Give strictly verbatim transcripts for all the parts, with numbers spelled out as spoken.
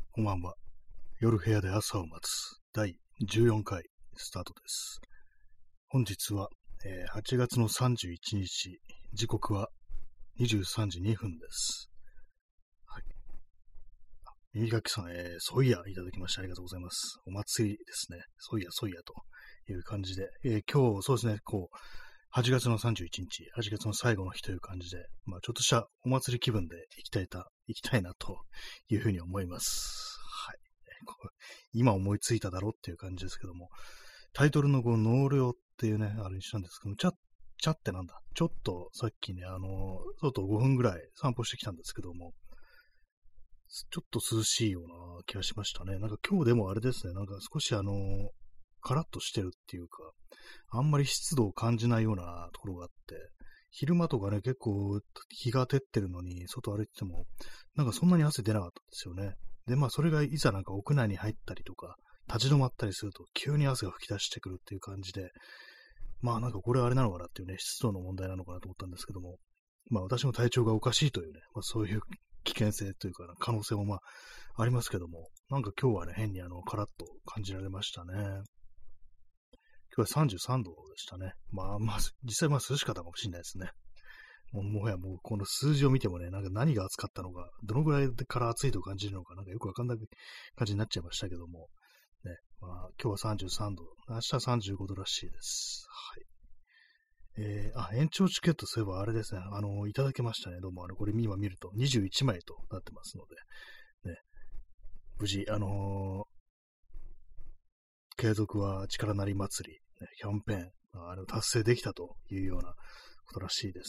こんばんは。夜部屋で朝を待つだいじゅうよんかいスタートです。本日は、えーはちがつのさんじゅういちにち、時刻はにじゅうさんじにふんです。はい。耳かきさん、えー、ソイヤいただきましてありがとうございます。お祭りですね。ソイヤ、ソイヤという感じで、えー今日、そうですね、こう、はちがつのさんじゅういちにち、はちがつの最後の日という感じで、まあ、ちょっとしたお祭り気分で行きたいな、行きたいなというふうに思います。はい。こう今思いついただろうっていう感じですけども、タイトルのこう納涼っていうね、あれにしたんですけども、チャッ、チャってなんだ。ちょっとさっきね、あの、外ごふんぐらい散歩してきたんですけども、ちょっと涼しいような気がしましたね。なんか今日でもあれですね、なんか少しあの、カラッとしてるっていうか、あんまり湿度を感じないようなところがあって、昼間とかね、結構日が照ってるのに、外歩いてても、なんかそんなに汗出なかったんですよね。で、まあそれがいざなんか屋内に入ったりとか、立ち止まったりすると、急に汗が吹き出してくるっていう感じで、まあなんかこれはあれなのかなっていうね、湿度の問題なのかなと思ったんですけども、まあ私も体調がおかしいというね、まあそういう危険性というか、可能性もまあありますけども、なんか今日はね、変にあの、カラッと感じられましたね。今日はさんじゅうさんどでしたね。まあまあ、実際まあ涼しかったかもしれないですね。もうもはやもうこの数字を見てもね、なんか何が暑かったのか、どのぐらいから暑いと感じるのか、なんかよくわかんない感じになっちゃいましたけども、ね、まあ今日はさんじゅうさんど、明日はさんじゅうごどらしいです。はい。えー、あ、延長チケットそういえばあれですね、あの、いただけましたね。どうも、あの、これ今見るとにじゅういちまいとなってますので、ね、無事、あのー継続は力なり祭り、ね、キャンペーン、あれを達成できたというようなことらしいです。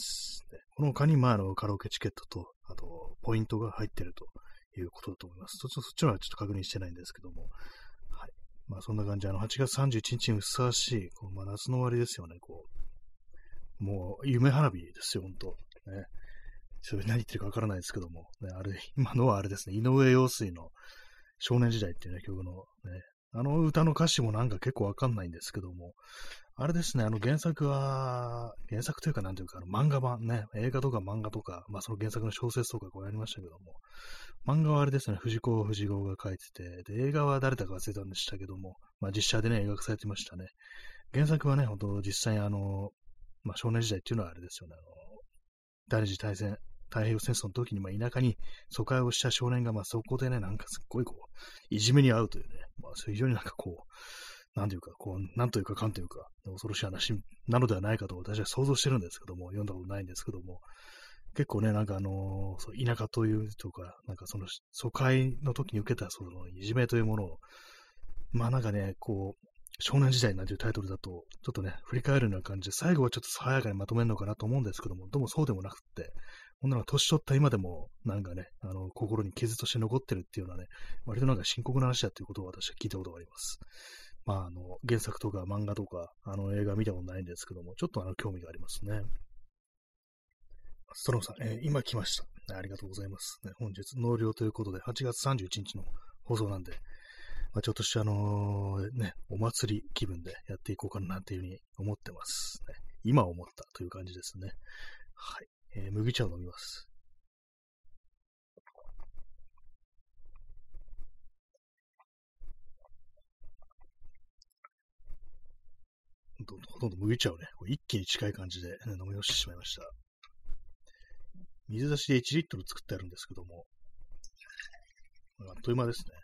でこの他に、まあ、あの、カラオケチケットと、あと、ポイントが入っているということだと思います。そそっちのはちょっと確認してないんですけども、はい。まあ、そんな感じで、あの、はちがつさんじゅういちにちにふさわしい、こうまあ、夏の終わりですよね、こう。もう、夢花火ですよ、ほんと。ね。それ何言ってるかわからないですけども、ね、あれ、今のはあれですね、井上陽水の少年時代っていうね、曲のね、あの歌の歌詞もなんか結構わかんないんですけども、あれですね、あの原作は、原作というかなんというか、あの漫画版ね、映画とか漫画とか、まあその原作の小説とかこうやりましたけども、漫画はあれですね、藤子不二雄が書いてて、で、映画は誰だか忘れたんでしたけども、まあ実写でね、描かされてましたね。原作はね、本当実際にあの、まあ少年時代っていうのはあれですよね、あの、第二次大戦、太平洋戦争の時に、まあ、田舎に疎開をした少年が、まあ、そこでね、なんかすっごいこう、いじめに遭うというね、まあ、非常になんかこう、なんというか、こう、なんというかかんというか、恐ろしい話なのではないかと私は想像してるんですけども、読んだことないんですけども、結構ね、なんかあのーそう田舎というとか、なんかその疎開の時に受けたそのいじめというものを、まあなんかね、こう、少年時代なんていうタイトルだと、ちょっとね、振り返るような感じで、最後はちょっと爽やかにまとめるのかなと思うんですけども、どうもそうでもなくって、ほんなら年取った今でも、なんかね、あの、心に傷として残ってるっていうのはね、割となんか深刻な話だっていうことを私は聞いたことがあります。まあ、あの、原作とか漫画とか、あの、映画見たことないんですけども、ちょっとあの、興味がありますね。ストロムさん、えー今来ました。ありがとうございます。ね、本日、納涼ということで、はちがつさんじゅういちにちの放送なんで、まあ、ちょっとしたあのね、お祭り気分でやっていこうかなっていうふうに思ってます、ね。今思ったという感じですね。はい。えー麦茶を飲みます。ほとんど、ほとんど麦茶をね、こう一気に近い感じで、ね、飲み干してしまいました。水出しでいちリットル作ってあるんですけども、あっという間ですね。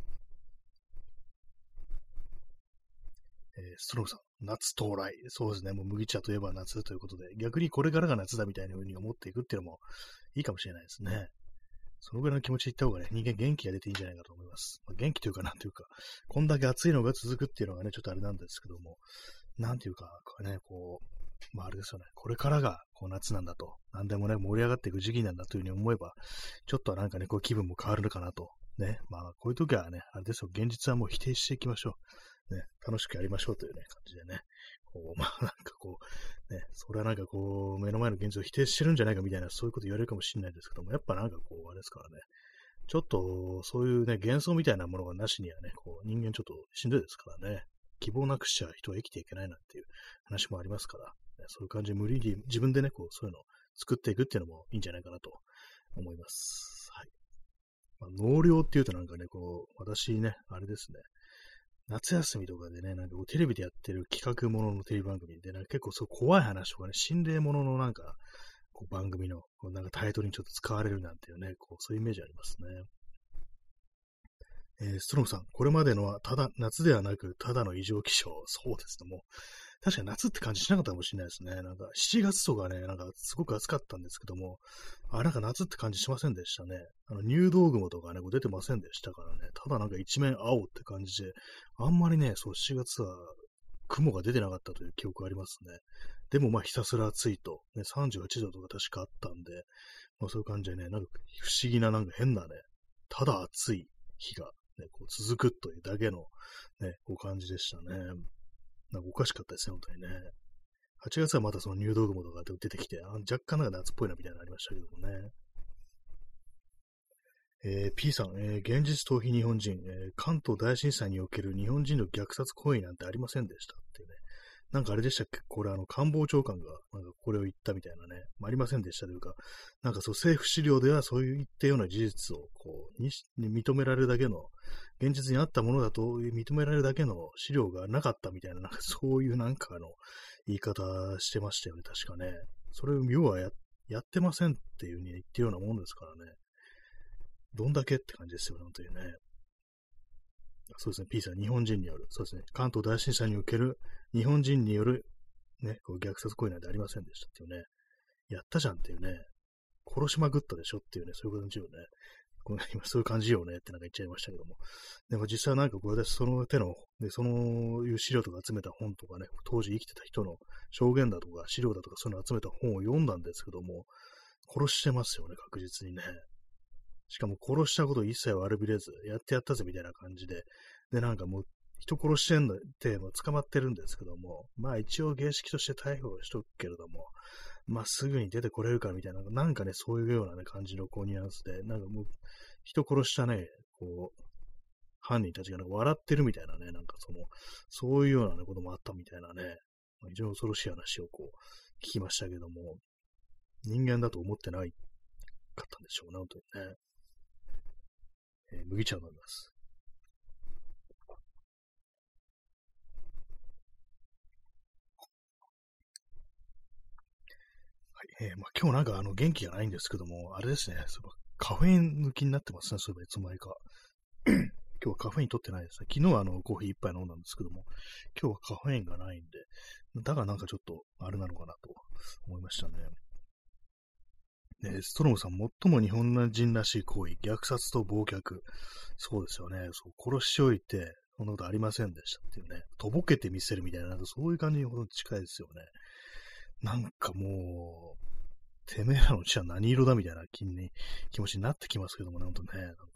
えーストローさん、夏到来。そうですね。もう麦茶といえば夏ということで、逆にこれからが夏だみたいな風に思っていくっていうのもいいかもしれないですね。そのぐらいの気持ちでいった方がね、人間元気が出ていいんじゃないかと思います。まあ、元気というか、なんというか、こんだけ暑いのが続くっていうのがね、ちょっとあれなんですけども、なんていうか、これね、こう、まああれですよね、これからがこう夏なんだと、なんでもね、盛り上がっていく時期なんだというふうに思えば、ちょっとなんかね、こう気分も変わるのかなと。ね、まあこういう時はね、あれですよ、現実はもう否定していきましょう。ね、楽しくやりましょうというね、感じでね、こう、まあなんかこう、ね、それはなんかこう、目の前の現実を否定してるんじゃないかみたいな、そういうこと言われるかもしれないですけども、やっぱなんかこう、あれですからね、ちょっと、そういうね、幻想みたいなものがなしにはね、こう、人間ちょっとしんどいですからね。希望なくしちゃ人は生きていけないなんていう話もありますから、ね、そういう感じで無理に自分でね、こう、そういうのを作っていくっていうのもいいんじゃないかなと思います。はい。 まあ、納涼っていうとなんかね、こう、私ね、あれですね、夏休みとかでね、なんかこうテレビでやってる企画もののテレビ番組で、なんか結構そう怖い話とかね、心霊もののなんか、こう番組のこうなんかタイトルにちょっと使われるなんていうね、こうそういうイメージありますね。えー、ストロムさん、これまでのはただ、夏ではなく、ただの異常気象。そうですね、もう、確かに夏って感じしなかったかもしれないですね。なんか、しちがつとかね、なんか、すごく暑かったんですけども、あ、なんか夏って感じしませんでしたね。あの、入道雲とかね、こう出てませんでしたからね。ただなんか一面青って感じで、あんまりね、そう、しちがつは雲が出てなかったという記憶がありますね。でもまあひたすら暑いと、ね、さんじゅうはちどとか確かあったんで、まあそういう感じでね、なんか不思議ななんか変なね、ただ暑い日が、ね、こう続くというだけの、ね、こう感じでしたね。なんかおかしかったですね、本当にね。はちがつはまたその入道雲とか出てきて、あ若干なんか夏っぽいなみたいなのありましたけどもね。えー、P さん、えー現実逃避日本人、えー関東大震災における日本人の虐殺行為なんてありませんでしたっていうね。なんかあれでしたっけこれあの官房長官がなんかこれを言ったみたいなね。まあ、ありませんでしたというか、なんかそう政府資料ではそういったような事実をこうにに認められるだけの、現実にあったものだと認められるだけの資料がなかったみたいな、なんかそういうなんかの言い方してましたよね、確かね。それを要はややってませんっていう風に言ってるようなもんですからね。どんだけって感じですよね、本当にね。そうですね、P さん、日本人による、そうですね、関東大震災における日本人による、ね、こう虐殺行為なんてありませんでしたっていうね、やったじゃんっていうね、殺しまくったでしょっていうね、そういう感じよね。この今そういう感じよねってなんか言っちゃいましたけども。でも実際なんかこれ私その手の、で、そのいう資料とか集めた本とかね、当時生きてた人の証言だとか資料だとかそういうのを集めた本を読んだんですけども、殺してますよね、確実にね。しかも殺したこと一切悪びれず、やってやったぜみたいな感じで、で、なんかもう、人殺してんのって、もう捕まってるんですけども、まあ一応形式として逮捕しとくけれども、まあすぐに出てこれるかみたいな、なんかね、そういうようなね、感じのこうニュアンスで、なんかもう、人殺したね、こう、犯人たちがなんか笑ってるみたいなね、なんかその、そういうような、ね、こともあったみたいなね、非常に恐ろしい話をこう、聞きましたけども、人間だと思ってないかったんでしょうね、本当にね。えー麦茶を飲みます。はい。えーまあ、今日なんかあの元気がないんですけども、あれですね、そういえばカフェイン抜きになってますね、そういえばいつの間にか。今日はカフェイン取ってないですね。昨日はあのコーヒー一杯飲んだんですけども、今日はカフェインがないんで、だからなんかちょっとあれなのかなと思いましたね。ね、ストロムさん、最も日本人らしい行為、虐殺と暴虐。そうですよね。そう、殺しておいて、そんなことありませんでしたっていうね。とぼけてみせるみたいな、なんかそういう感じにほど近いですよね。なんかもう、てめえらの血は何色だみたいな気に、気持ちになってきますけどもね、ほんとね、なんか、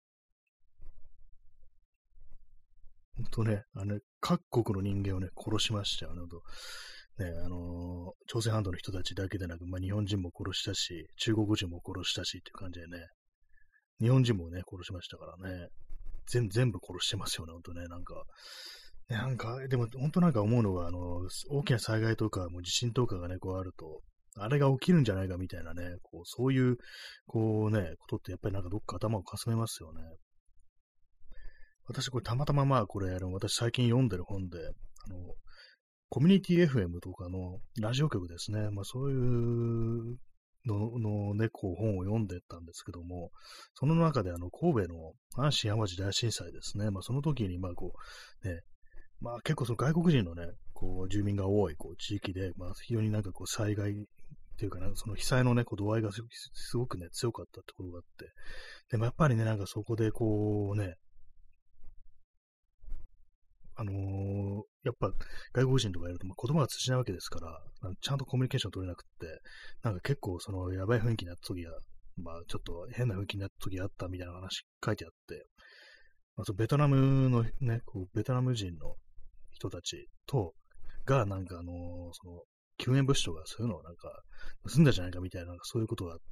ほんとね、あの、各国の人間をね、殺しましたよね、ほんと。ね、あのー朝鮮半島の人たちだけでなく、まあ、日本人も殺したし、中国人も殺したしっていう感じでね、日本人もね、殺しましたからね、全全部殺してますよね、ほんとね、なんか。ねなんか、でも本当なんか思うのが、あの、大きな災害とか、もう地震とかがね、こうあると、あれが起きるんじゃないかみたいなね、こう、そういう、こうね、ことってやっぱりなんかどっか頭をかすめますよね。私これたまたままあこれ、あの、私最近読んでる本で、あの、コミュニティ エフエム とかのラジオ局ですね。まあそういうののね、こう本を読んでたんですけども、その中であの神戸の阪神淡路大震災ですね。まあその時にまあこう、ね、まあ結構その外国人のね、こう住民が多いこう地域で、まあ非常になんかこう災害っていうかな、その被災のね、こう度合いがすすごくね、強かったってことがあって、でもやっぱりね、なんかそこでこうね、あのーやっぱ外国人とかいると、まあ、言葉が通じないわけですから、ちゃんとコミュニケーション取れなくって、なんか結構そのやばい雰囲気になった時が、まあちょっと変な雰囲気になった時があったみたいな話書いてあって、まあ、そのベトナムのね、こうベトナム人の人たちと、がなんかあのーその救援物資とかそういうのをなんか盗んだじゃないかみたいな、なんかそういうことがあって、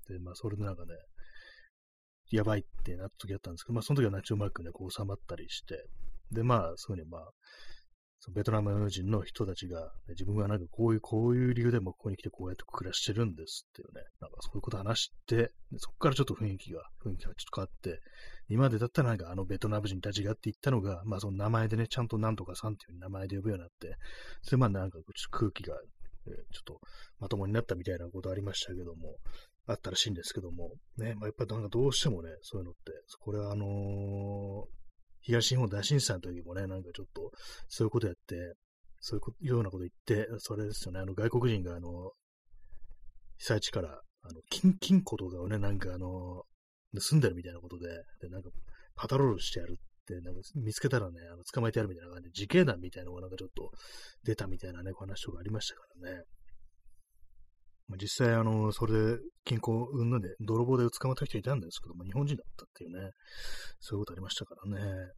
で、まあそれでなんかね、やばいってなった時あったんですけど、まあその時はね、うまくね、こう収まったりして、で、まあ、そういうふうに、まあ、 そのベトナム人の人たちが、ね、自分はなんかこういう、こういう理由でもここに来てこうやって暮らしてるんですっていうね、なんかそういうことを話して、でそこからちょっと雰囲気が、雰囲気がちょっと変わって、今までだったらなんかあのベトナム人たちがって言ったのが、まあその名前でね、ちゃんとなんとかさんっていう名前で呼ぶようになって、それまあなんかちょっと空気が、えーちょっとまともになったみたいなことありましたけども、あったらしいんですけども、ね、まあ、やっぱりなんかどうしてもね、そういうのって、これはあのー東日本大震災の時もね、なんかちょっと、そういうことやって、そういうこようなこと言って、それですよね、あの外国人があの、被災地から、あの、金、金庫とかをね、なんかあの、盗んでるみたいなことで、で、なんか、パトロールしてやるって、なんか見つけたらね、あの捕まえてやるみたいな感じで、自警団みたいなのがなんかちょっと出たみたいなね、お話とかありましたからね。まあ、実際、あの、それで、金庫、うんぬんで、泥棒で捕まった人いたんですけども、日本人だったっていうね、そういうことありましたからね。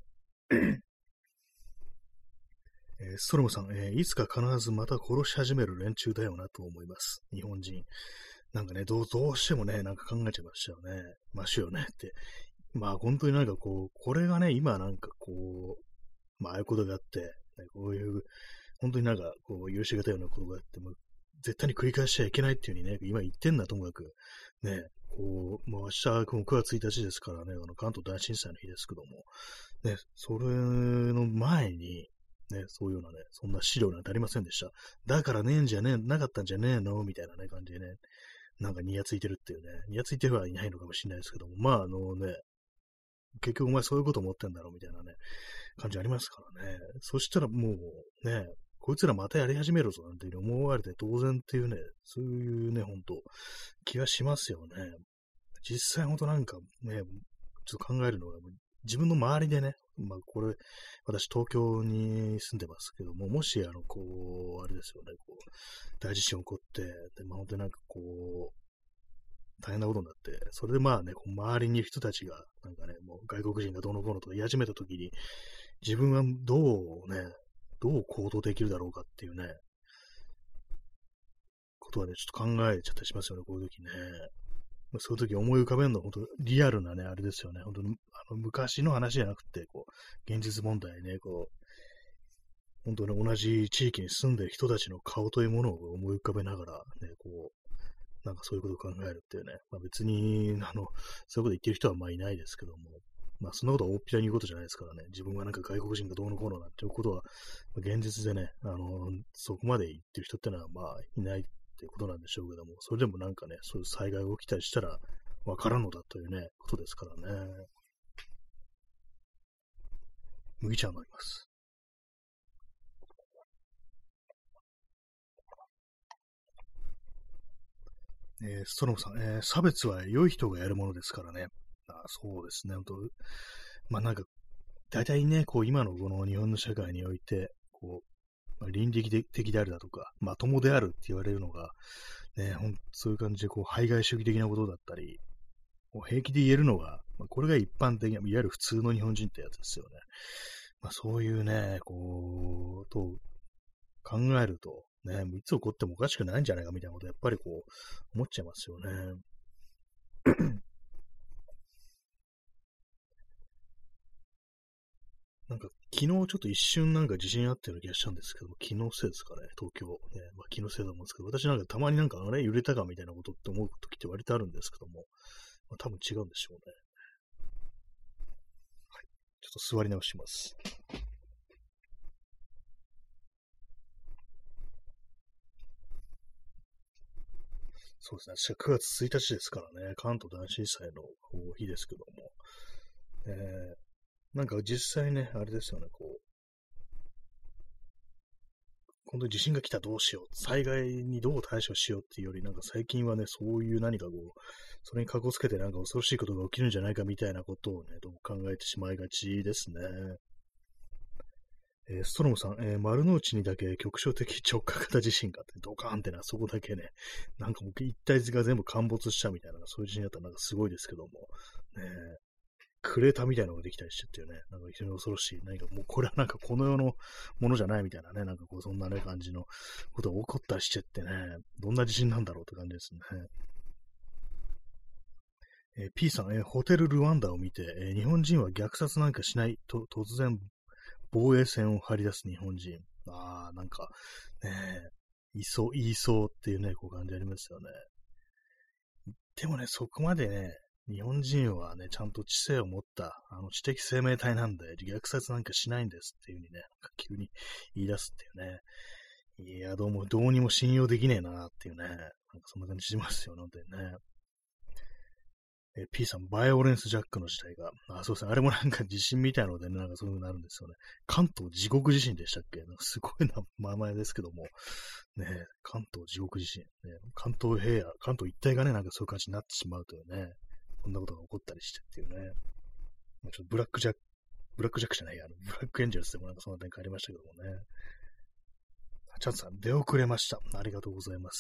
えーストロムさん、えーいつか必ずまた殺し始める連中だよなと思います。日本人。なんかね、どう、どうしてもね、なんか考えちゃいましたよね。ましよねって。まあ本当になんかこう、これがね、今なんかこう、まあああいうことがあって、ねこういう、本当になんかこう、許しがたいようなことがあって、もう絶対に繰り返しちゃいけないっていうふうにね、今言ってんだともかく、ね、こう、もう明日、このくがつついたちですからね、あの関東大震災の日ですけども、ね、それの前に、ね、そういうようなね、そんな資料なんてありませんでした。だからねえんじゃねえ、なかったんじゃねえのみたいなね、感じでね、なんかニヤついてるっていうね、ニヤついてはいないのかもしれないですけども、まあ、あのね、結局お前そういうこと思ってんだろうみたいなね、感じありますからね。そしたらもうね、こいつらまたやり始めるぞなんていうふうに思われて当然っていうね、そういうね、ほんと気がしますよね。実際ほんとなんかね、ちょっと考えるのが、自分の周りでね、まあこれ、私東京に住んでますけども、もしあの、こう、あれですよね、こう、大地震起こって、で、まあ本当になんかこう、大変なことになって、それでまあね、こう周りにいる人たちが、なんかね、もう外国人がどうのこうのとか言い始めたときに、自分はどうね、どう行動できるだろうかっていうね、ことはね、ちょっと考えちゃったりしますよね、こういう時ね。まあそういう時思い浮かべるのは本当リアルなね、あれですよね。本当にあの昔の話じゃなくて、こう、現実問題ね、こう、本当に同じ地域に住んでる人たちの顔というものを思い浮かべながら、ね、こう、なんかそういうことを考えるっていうね。まあ別に、あの、そういうこと言ってる人はまあいないですけども、まあそんなことは大っぴらに言うことじゃないですからね。自分はなんか外国人がどうのこうのなんていうことは、現実でね、あの、そこまで言ってる人ってのはまあいないっていうことなんでしょうけども、それでもなんかね、そういう災害が起きたりしたら、わからんのだというね、ことですからね。麦茶飲みます。えーストロムさん、えー差別は良い人がやるものですからね。あ、そうですね、本当まあなんか、大体ね、こう今のこの日本の社会において、こう、まあ、倫理的であるだとか、まともであるって言われるのが、ね、ほんそういう感じで、こう、排外主義的なことだったり、もう平気で言えるのが、まあ、これが一般的な、いわゆる普通の日本人ってやつですよね。まあ、そういうね、こう、と考えると、ね、いつ起こってもおかしくないんじゃないかみたいなこと、やっぱりこう、思っちゃいますよね。なんか、昨日ちょっと一瞬なんか地震あったような気がしたんですけども、昨日せいですかね、東京。ね、まあ、昨日せいだと思うんですけど、私なんかたまになんかあれ揺れたかみたいなことって思う時って割とあるんですけども、まあ、多分違うんでしょうね。ちょっと座り直します。そうですね。確かくがつついたちですからね、関東大震災の日ですけども。えー、なんか実際ね、あれですよね、こう、本当に地震が来たらどうしよう、災害にどう対処しようっていうより、なんか最近はね、そういう何かこう、それにかこつけてなんか恐ろしいことが起きるんじゃないかみたいなことをね、どう考えてしまいがちですね。えーストロムさん、えー丸の内にだけ局所的直下型地震があって、ドカーンってな、そこだけね、なんかもう一体が全部陥没したみたいな、そういう地震だったらなんかすごいですけども、ねえ、クレーターみたいなのができたりしてっていうね、なんか非常に恐ろしい、何かもうこれはなんかこの世のものじゃないみたいなね、なんかこうそんなね、感じのことが起こったりしてってね、どんな地震なんだろうって感じですね。えー P さん、えーホテルルワンダを見て、えー日本人は虐殺なんかしないと突然防衛線を張り出す日本人。ああ、なんか、ねえ、いそう、言いそうっていうね、こう感じありますよね。でもね、そこまでね、日本人はね、ちゃんと知性を持った、あの、知的生命体なんで、虐殺なんかしないんですっていう風にね、なんか急に言い出すっていうね。いや、どうも、どうにも信用できねえなっていうね、なんかそんな感じしますよ、本当にね。えー、P さん、バイオレンスジャックの時代が、あ、そうですね、あれもなんか地震みたいなのでね、なんかそういう風になるんですよね。関東地獄地震でしたっけ？なんかすごいな名前ですけども、ね、関東地獄地震、ね、関東平野、関東一帯がね、なんかそういう感じになってしまうというね、こんなことが起こったりしてっていうね、まあ、ちょっとブラックジャック、ブラックジャックじゃないや、あのブラックエンジェルスでもなんかそんな展開ありましたけどもね。チャンツさん、出遅れました。ありがとうございます。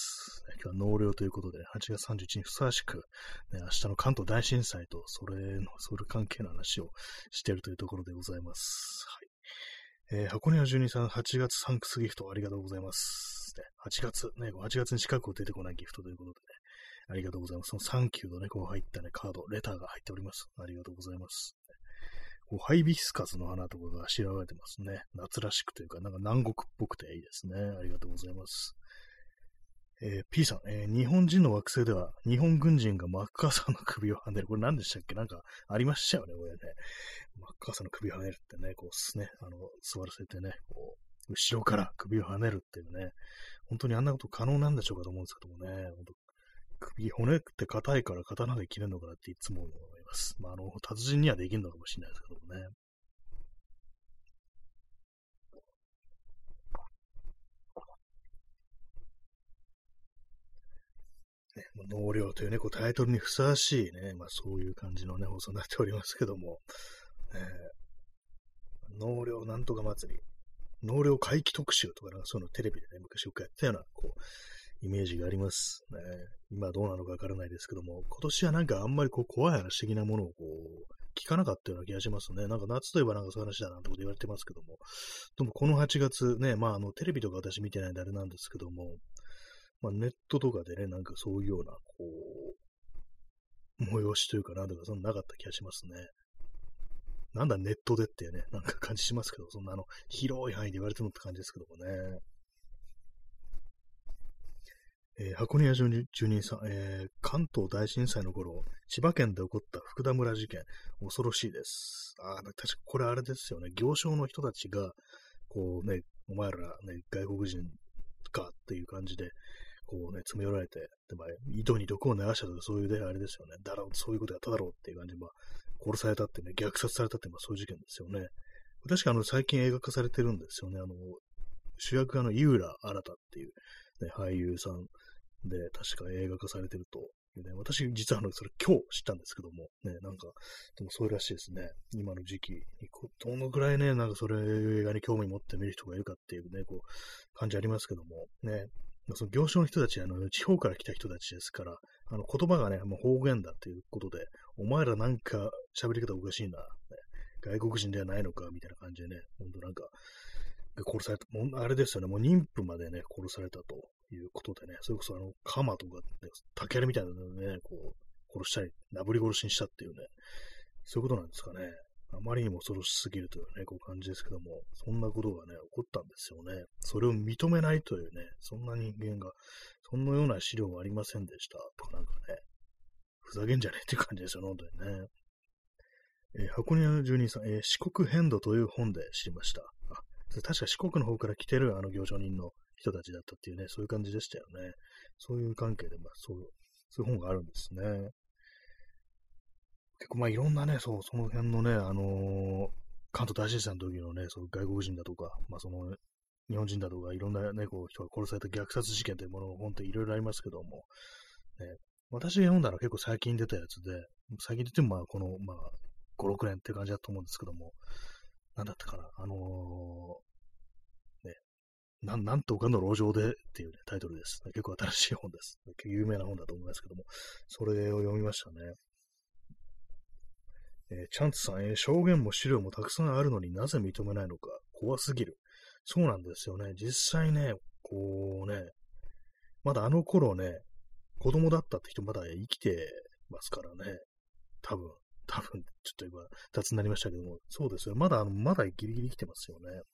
今日は納涼ということで、はちがつさんじゅういちにちにふさわしく、ね、明日の関東大震災と、それの、それ関係の話をしているというところでございます。はい。えー、箱根屋じゅうにさん、はちがつサンクスギフトありがとうございます。ね、はちがつ、ね、はちがつに近く出てこないギフトということでね、ありがとうございます。そのサンキューのね、こう入ったね、カード、レターが入っております。ありがとうございます。こうハイビスカスの花とかがあしらわれてますね。夏らしくというか、なんか南国っぽくていいですね。ありがとうございます。えー、P さん、えー、日本人の惑星では日本軍人がマッカーサーの首をはねる。これ何でしたっけ？なんかありましたよね、これね。マッカーサーの首をはねるってね、こうね、あの、座らせてね、こう、後ろから首をはねるっていうね、本当にあんなこと可能なんでしょうかと思うんですけどもね、本当首、骨って硬いから刀で切れるのかなっていつも思います。まあ、あの、達人にはできるのかもしれないですけどもね。ね、納涼というね、こうタイトルにふさわしいね、まあそういう感じのね、放送になっておりますけども、えー、納涼なんとか祭り、納涼回帰特集とか、なんかそういうのテレビでね、昔よくやったような、こう、イメージがありますね。今どうなのかわからないですけども、今年はなんかあんまりこう怖い話的なものをこう、聞かなかったような気がしますね。なんか夏といえばなんかそういう話だなんてこと言われてますけども。でもこのはちがつね、まああのテレビとか私見てないんであれなんですけども、まあネットとかでね、なんかそういうような、こう、催しというかなんとかそんななかった気がしますね。なんだネットでっていうね、なんか感じしますけど、そんなあの、広い範囲で言われてるのって感じですけどもね。えー、箱根屋住人さん、えー、関東大震災の頃、千葉県で起こった福田村事件、恐ろしいです。ああ、確かこれあれですよね。行商の人たちが、こうね、お前らね、外国人かっていう感じで、こうね、詰め寄られて、でまあ、井戸に毒を流したとか、そういうね、あれですよね。だろう、そういうことやっただろうっていう感じで、まあ、殺されたってね、虐殺されたって、まあ、そういう事件ですよね。確かあの、最近映画化されてるんですよね。あの、主役があの、井浦新っていう、ね、俳優さんで、確か映画化されてるというね、私実はあの、それ今日知ったんですけども、ね、なんか、でもそういうらしいですね。今の時期に、どのぐらいね、なんかそれ映画に興味持って見る人がいるかっていうね、こう、感じありますけども、ね、その業種の人たち、あの、地方から来た人たちですから、あの、言葉がね、もう方言だっていうことで、お前らなんか喋り方おかしいな、ね、外国人ではないのか、みたいな感じでね、ほんとなんか、殺された、もうあれですよね、もう妊婦までね、殺されたということでね、それこそあの、鎌とか、ね、竹槍みたいなのでね、こう、殺したり、殴り殺しにしたっていうね、そういうことなんですかね。あまりにも恐ろしすぎるというね、こう感じですけども、そんなことがね、起こったんですよね。それを認めないというね、そんな人間が、そんなような資料はありませんでした。とかなんかね、ふざけんじゃねえって感じですよね、本当にね。えー、箱庭の住人さん、えー、四国変動という本で知りました。あ、確か四国の方から来てるあの行商人の人たちだったっていうね、そういう感じでしたよね。そういう関係で、まあ、そう、そういう本があるんですね。結構まあいろんなね、そう、その辺のね、あのー関東大震災の時のね、そう外国人だとか、まあその、日本人だとか、いろんなね、こう人が殺された虐殺事件というものも本当にいろいろありますけども、ね、私が読んだのは結構最近出たやつで、最近出てもまあこの、まあ、ご、ろくねんって感じだと思うんですけども、なんだったかな、あのーね、なん、なんとかの路上でっていう、ね、タイトルです。結構新しい本です。結構有名な本だと思いますけども、それを読みましたね。えー、チャンツさん、えー、証言も資料もたくさんあるのになぜ認めないのか、怖すぎる。そうなんですよね。実際ね、こうね、まだあの頃ね、子供だったって人まだ生きてますからね。多分。 多分、ちょっと今、雑になりましたけども、そうですよ。まだ、あの、まだギリギリ生きてますよね。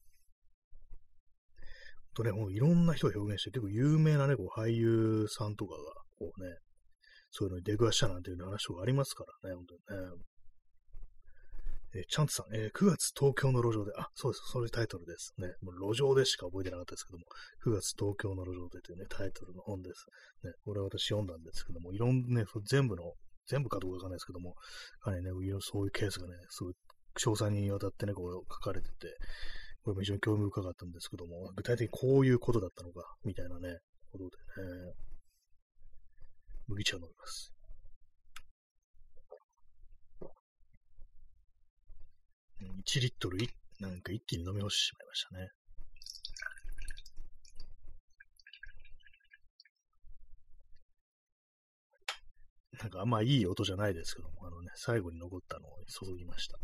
とね、もういろんな人が表現して、結構有名なね、こう俳優さんとかが、こうね、そういうのに出くわしたなんていう話がありますからね、本当にね。えーチャンツさん、えーくがつ東京の路上で、あ、そうです、そういうタイトルですね。もう路上でしか覚えてなかったですけども、くがつ東京の路上でというね、タイトルの本です。ね、これは私読んだんですけども、いろんなね、その全部の、全部かどうかわかんないですけども、かなりね、いろそういうケースがね、すごい詳細にわたってね、こう書かれてて、これも非常に興味深かったんですけども、具体的にこういうことだったのか、みたいなね、ことでね、麦茶を飲みます。いちリットルい、なんか一気に飲み干してしまいましたね。なんかあんまいい音じゃないですけども、あのね、最後に残ったのを注ぎました。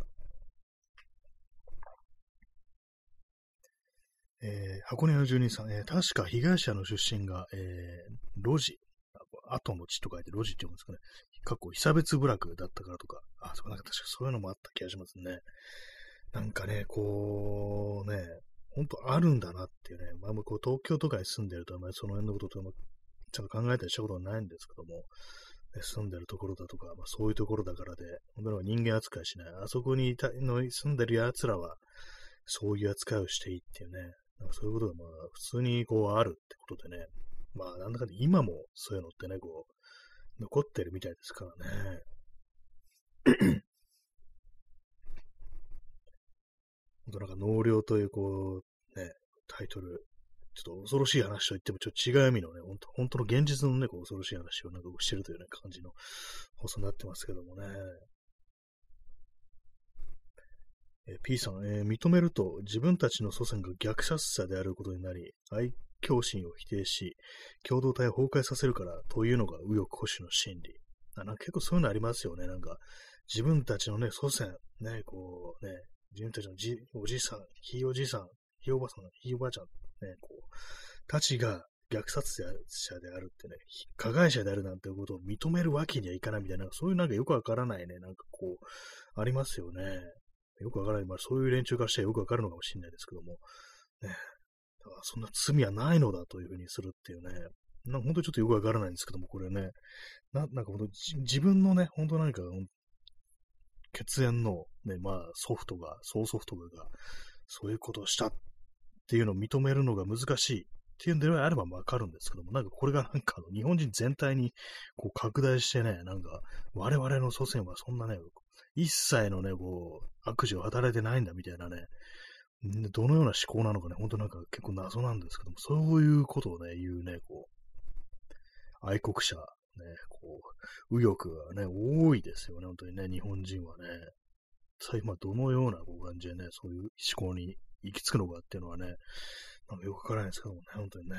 えー、箱根の住人さん、えー、確か被害者の出身が、えー、路地、後の地と書いて路地って言うんですかね。過去、被差別部落だったからとか、あ、そう、なんか確かそういうのもあった気がしますね。なんかね、こうね、本当あるんだなっていうね、まあ、こう東京とかに住んでると、あまりその辺のこととちょっと考えたりしたことはないんですけども、ね、住んでるところだとか、まあ、そういうところだからで、本当に人間扱いしない。あそこにいたの住んでる奴らは、そういう扱いをしていいっていうね、なんかそういうことがまあ普通にこうあるってことでね、まあなんだかんだ今もそういうのってね、こう、残ってるみたいですからね。本当なんか納涼というこう、ね、タイトル、ちょっと恐ろしい話と言ってもちょっと違う意味のね、本当本当の現実のね、こう恐ろしい話をなんかしてるというね、感じの放送になってますけどもね。えー P さん、えー認めると自分たちの祖先が虐殺者であることになり、愛嬌心を否定し、共同体を崩壊させるからというのが右翼保守の心理。あなんか結構そういうのありますよね。なんか、自分たちのね、祖先、ね、こうね、自分たちのじおじいさん、ひいおじいさん、ひいおばさん、ひいおばあちゃん、ね、こう、たちが虐殺者であるってね、加害者であるなんてことを認めるわけにはいかないみたいな、そういうなんかよくわからないね、なんかこう、ありますよね。よくわからない。まあ、そういう連中からしてはよくわかるのかもしれないですけども、ね、だからそんな罪はないのだというふうにするっていうね、なんか本当にちょっとよくわからないんですけども、これね、ななんか本当自分のね、本当なんか、血縁のね、まあ、祖父とか、曽祖父とかが、そういうことをしたっていうのを認めるのが難しいっていうんであればわかるんですけども、なんかこれがなんかあの日本人全体にこう拡大してね、なんか我々の祖先はそんなね、一切のね、こう、悪事を働いてないんだみたいなね、どのような思考なのかね、本当なんか結構謎なんですけども、そういうことをね、言うね、こう、愛国者、ね、こう、右翼がね、多いですよね、本当にね、日本人はね。さあ今どのようなこう感じでね、そういう思考に行き着くのかっていうのはね、なんかよくわからないですけどもね、本当にね。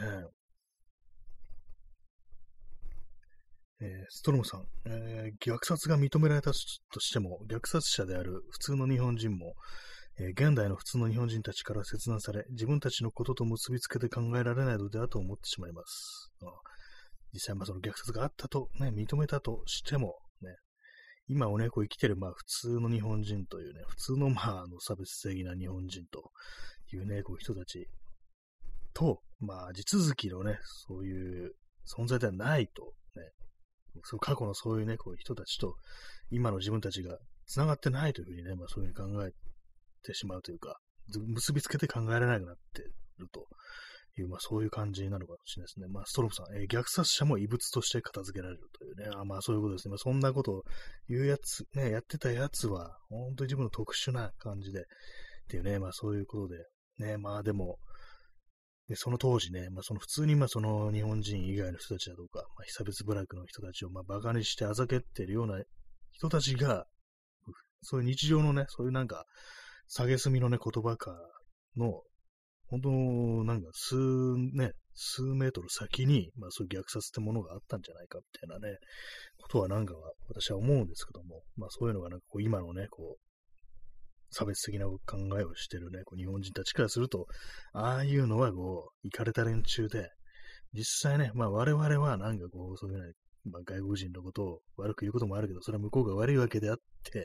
えーストロムさん、えー虐殺が認められたとしても、虐殺者である普通の日本人も、えー現代の普通の日本人たちから切断され、自分たちのことと結びつけて考えられないのではと思ってしまいます。あ実際、まあその虐殺があったと、ね、認めたとしても、ね、今をね、こう生きてる、まあ普通の日本人というね、普通のまああの差別的な日本人というね、こう人たちと、まあ地続きのね、そういう存在ではないと、ね、その過去のそういうね、こういう人たちと、今の自分たちが繋がってないというふうにね、まあそういうふうに考えてしまうというか、結びつけて考えられなくなっているという、まあそういう感じなのかもしれないですね。まあストロープさん、えー虐殺者も異物として片付けられるというね、あまあそういうことですね。まあそんなことを言うやつ、ね、やってたやつは、本当に自分の特殊な感じで、っていうね、まあそういうことで、ね、まあでも、で、その当時ね、まあ、その普通にまあその日本人以外の人たちだとか、まあ、被差別部落の人たちをまあ馬鹿にしてあざけってるような人たちが、そういう日常のね、そういうなんか、蔑みのね、言葉かの、本当なんか数ね、数メートル先に、まあそういう虐殺ってものがあったんじゃないかみたいなね、ことはなんかは私は思うんですけども、まあそういうのがなんかこう今のね、こう、差別的な考えをしてるね、こう日本人たちからすると、ああいうのはこう、行かれた連中で、実際ね、まあ我々はなんかこう、そういうね、 まあ、外国人のことを悪く言うこともあるけど、それは向こうが悪いわけであって、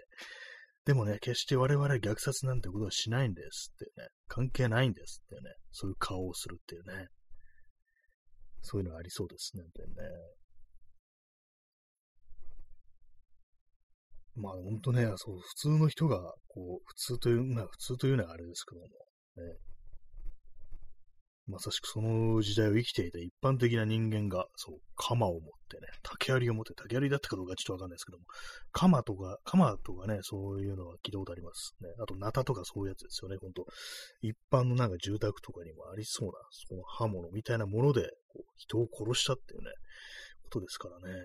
でもね、決して我々は虐殺なんてことはしないんですってね、関係ないんですってね、そういう顔をするっていうね、そういうのありそうですね、本当にね。まあ本当ね、そう、普通の人が、こう、普通という、まあ普通というのはあれですけども、ね、まさしくその時代を生きていた一般的な人間が、そう、鎌を持ってね、竹槍を持って、竹槍だったかどうかちょっとわかんないですけども、鎌とか、鎌とかね、そういうのは聞いたことありますね。あと、ナタとかそういうやつですよね、ほんと。一般のなんか住宅とかにもありそうな、その刃物みたいなもので、こう人を殺したっていうね、ことですからね。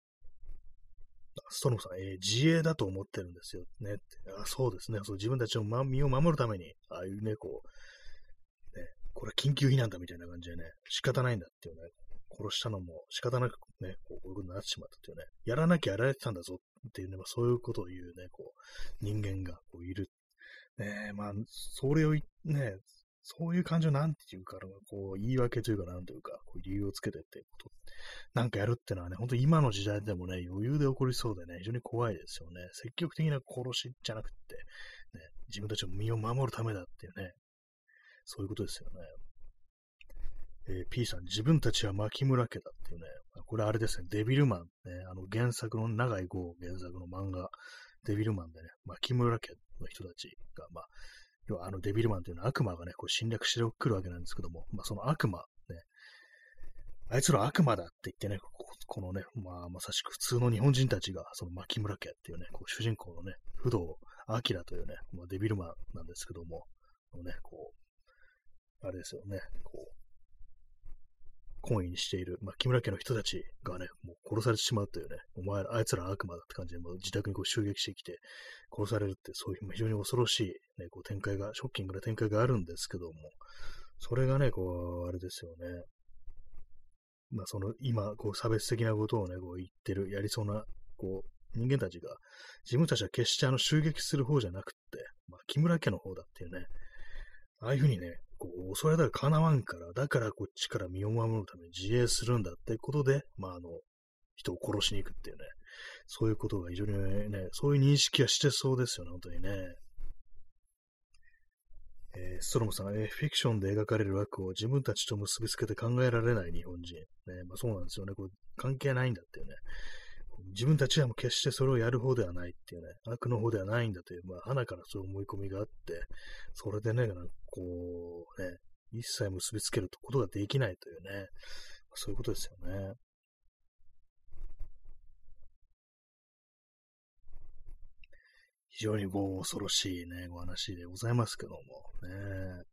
ストロムさん、えー自衛だと思ってるんですよねって。あ、そうですね。そう、自分たちの、ま、身を守るために、ああいうね、こう、ね、これは緊急避難だみたいな感じでね、仕方ないんだっていうね、殺したのも仕方なくね、こう、こういうことになってしまったっていうね、やらなきゃやられてたんだぞっていうね、まあ、そういうことを言うね、こう、人間がこういる。ね、まあ、それをいね、そういう感情なんていうか、こう、言い訳というか、なんというか、こう理由をつけてっていうこと、なんかやるってのはね、本当今の時代でもね、余裕で起こりそうでね、非常に怖いですよね。積極的な殺しじゃなくて、ね、自分たちの身を守るためだっていうね、そういうことですよね。えー、P さん、自分たちは牧村家だっていうね、これあれですね、デビルマン、ね、あの原作の長井豪原作の漫画、デビルマンでね、牧村家の人たちが、まあ、要はあのデビルマンというのは悪魔がね、こう侵略してくるわけなんですけども、まあ、その悪魔、ね、あいつら悪魔だって言ってね、ここのね、まあ、まさしく普通の日本人たちが、その牧村家っていうね、こう主人公のね、不動明というね、まあ、デビルマンなんですけども、ね、こう、あれですよね、こう、懇意にしている、まあ、木村家の人たちがね、もう殺されてしまうというね、お前ら、あいつら悪魔だって感じで、もう自宅にこう襲撃してきて殺されるって、そういう非常に恐ろしい、ね、こう展開が、ショッキングな展開があるんですけども、それがね、こう、あれですよね、まあ、その、今、こう、差別的なことをね、こう言ってる、やりそうな、こう、人間たちが、自分たちは決してあの襲撃する方じゃなくって、まあ、木村家の方だっていうね、ああいうふうにね、こう、襲われたらかなわんから、だからこっちから身を守るために自衛するんだってことで、まあ、あの、人を殺しに行くっていうね、そういうことが非常にね、そういう認識はしてそうですよね、本当にね。えーストロムさん、えーフィクションで描かれる悪を自分たちと結びつけて考えられない日本人。ね、まあ、そうなんですよね。こう関係ないんだっていうね。自分たちはもう決してそれをやる方ではないっていうね、悪の方ではないんだという、まあ、鼻からそういう思い込みがあって、それでね、なんかこう、ね、一切結びつけることができないというね、そういうことですよね。非常にこう、恐ろしいね、お話でございますけども、ね。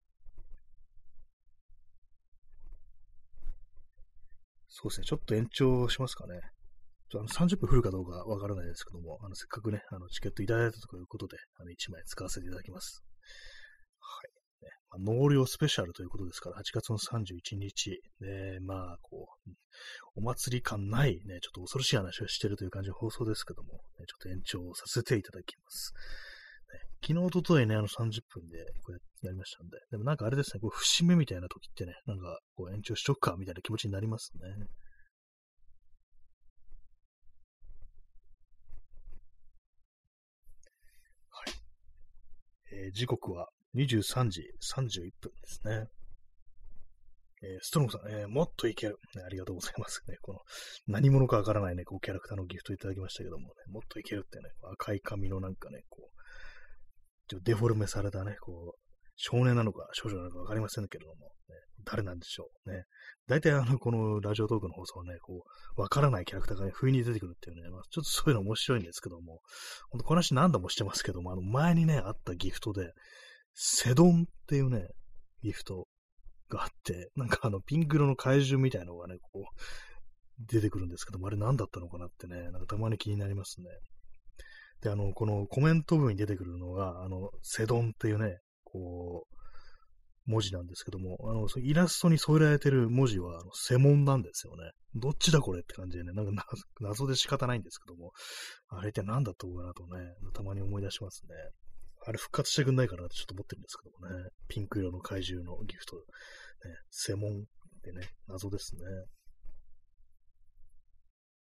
そうですね、ちょっと延長しますかね。ちょあのさんじゅっぷん降るかどうかわからないですけども、あのせっかくね、あのチケットいただいたということで、あのいちまい使わせていただきます。はい。ねまあ、納涼スペシャルということですから、はちがつのさんじゅういちにち、ね、まあ、こう、お祭り感ないね、ちょっと恐ろしい話をしているという感じの放送ですけども、ね、ちょっと延長させていただきます。ね、昨日、おとといね、あのさんじゅっぷんでこうやりましたんで、でもなんかあれですね、こう節目みたいな時ってね、なんかこう延長しとくかみたいな気持ちになりますね。はい。えー時刻はにじゅうさんじさんじゅういっぷんですね。えーストロムさん、えーもっといける、ね。ありがとうございますね。この、何者かわからないね、こう、キャラクターのギフトいただきましたけども、ね、もっといけるってね、赤い髪のなんかね、こう、ちょっとデフォルメされたね、こう、少年なのか少女なのかわかりませんけれども、ね、誰なんでしょうね。大体あの、このラジオトークの放送はね、こう、わからないキャラクターがね、不意に出てくるっていうね、まあ、ちょっとそういうの面白いんですけども、ほんとこの話何度もしてますけども、あの、前にね、あったギフトで、セドンっていうね、ギフトがあって、なんかあの、ピンク色の怪獣みたいなのがね、こう、出てくるんですけども、あれ何だったのかなってね、なんかたまに気になりますね。で、あの、このコメント文に出てくるのが、あの、セドンっていうね、こう、文字なんですけども、あの、イラストに添えられてる文字は、あの、セモンなんですよね。どっちだこれって感じでね、なんか謎で仕方ないんですけども、あれって何だったのかなとね、たまに思い出しますね。あれ復活してくんないかなってちょっと思ってるんですけどもね。ピンク色の怪獣のギフト。ね、セモンってね、謎ですね。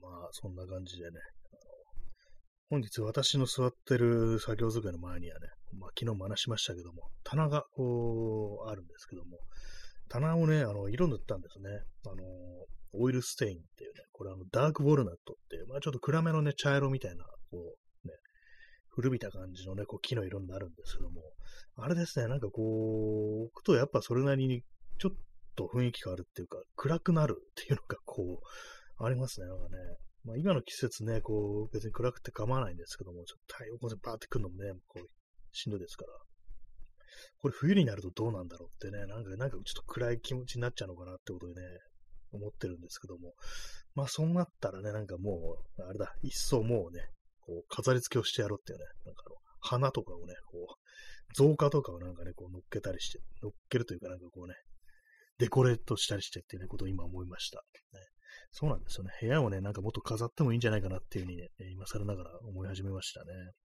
まあ、そんな感じでね。本日私の座ってる作業机の前にはね、まあ、昨日も話しましたけども、棚がこう、あるんですけども、棚をね、あの、色塗ったんですね。あの、オイルステインっていうね、これあの、ダークウォルナットっていう、まあちょっと暗めのね、茶色みたいな、こう、ね、古びた感じのね、こう、木の色になるんですけども、あれですね、なんかこう、置くとやっぱそれなりに、ちょっと雰囲気変わるっていうか、暗くなるっていうのがこう、ありますね、なんかね。まあ今の季節ね、こう、別に暗くて構わないんですけども、ちょっと太陽光線バーってくるのもね、こう、しんどいですから。これ冬になるとどうなんだろうってね、なんか、なんかちょっと暗い気持ちになっちゃうのかなってことでね、思ってるんですけども。まあそうなったらね、なんかもう、あれだ、一層もうね、こう、飾り付けをしてやろうっていうね、なんかあの、花とかをね、こう、造花とかをなんかね、こう乗っけたりして、乗っけるというかなんかこうね、デコレートしたりしてっていうね、ことを今思いました。ね、そうなんですよね。部屋をね、なんかもっと飾ってもいいんじゃないかなっていうふうにね、今更ながら思い始めましたね。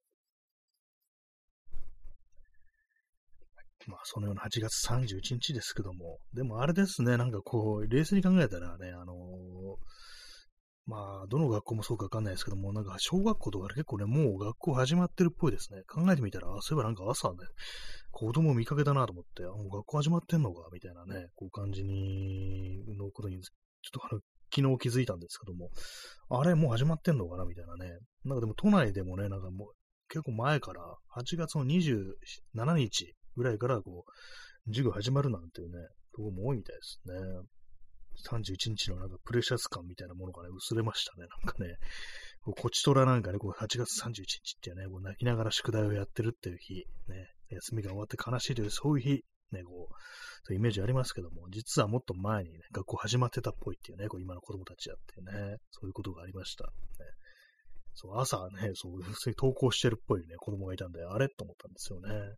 まあ、そのようなはちがつさんじゅういちにちですけども、でもあれですね、なんかこう、冷静に考えたらね、あのーまあ、どの学校もそうかわかんないですけども、なんか小学校とかで結構ね、もう学校始まってるっぽいですね。考えてみたら、あ、そういえばなんか朝ね、子供見かけたなと思って、あ、もう学校始まってんのか、みたいなね、こう感じに、のことに、ちょっとあの、昨日気づいたんですけども、あれ、もう始まってんのかな、みたいなね。なんかでも都内でもね、なんかもう、結構前から、はちがつのにじゅうしちにちぐらいから、こう、授業始まるなんていうね、ところも多いみたいですね。さんじゅういちにちのなんかプレシャス感みたいなものがね、薄れましたね。なんかね、こうこちとらなんかね、こうはちがつさんじゅういちにちってね、こう泣きながら宿題をやってるっていう日、ね、休みが終わって悲しいという、そういう日、ね、こう、そういうイメージありますけども、実はもっと前にね、学校始まってたっぽいっていうね、こう今の子供たちやってね、そういうことがありました。ね、そう、朝ね、そう、普通に登校してるっぽいね、子供がいたんで、あれと思ったんですよね。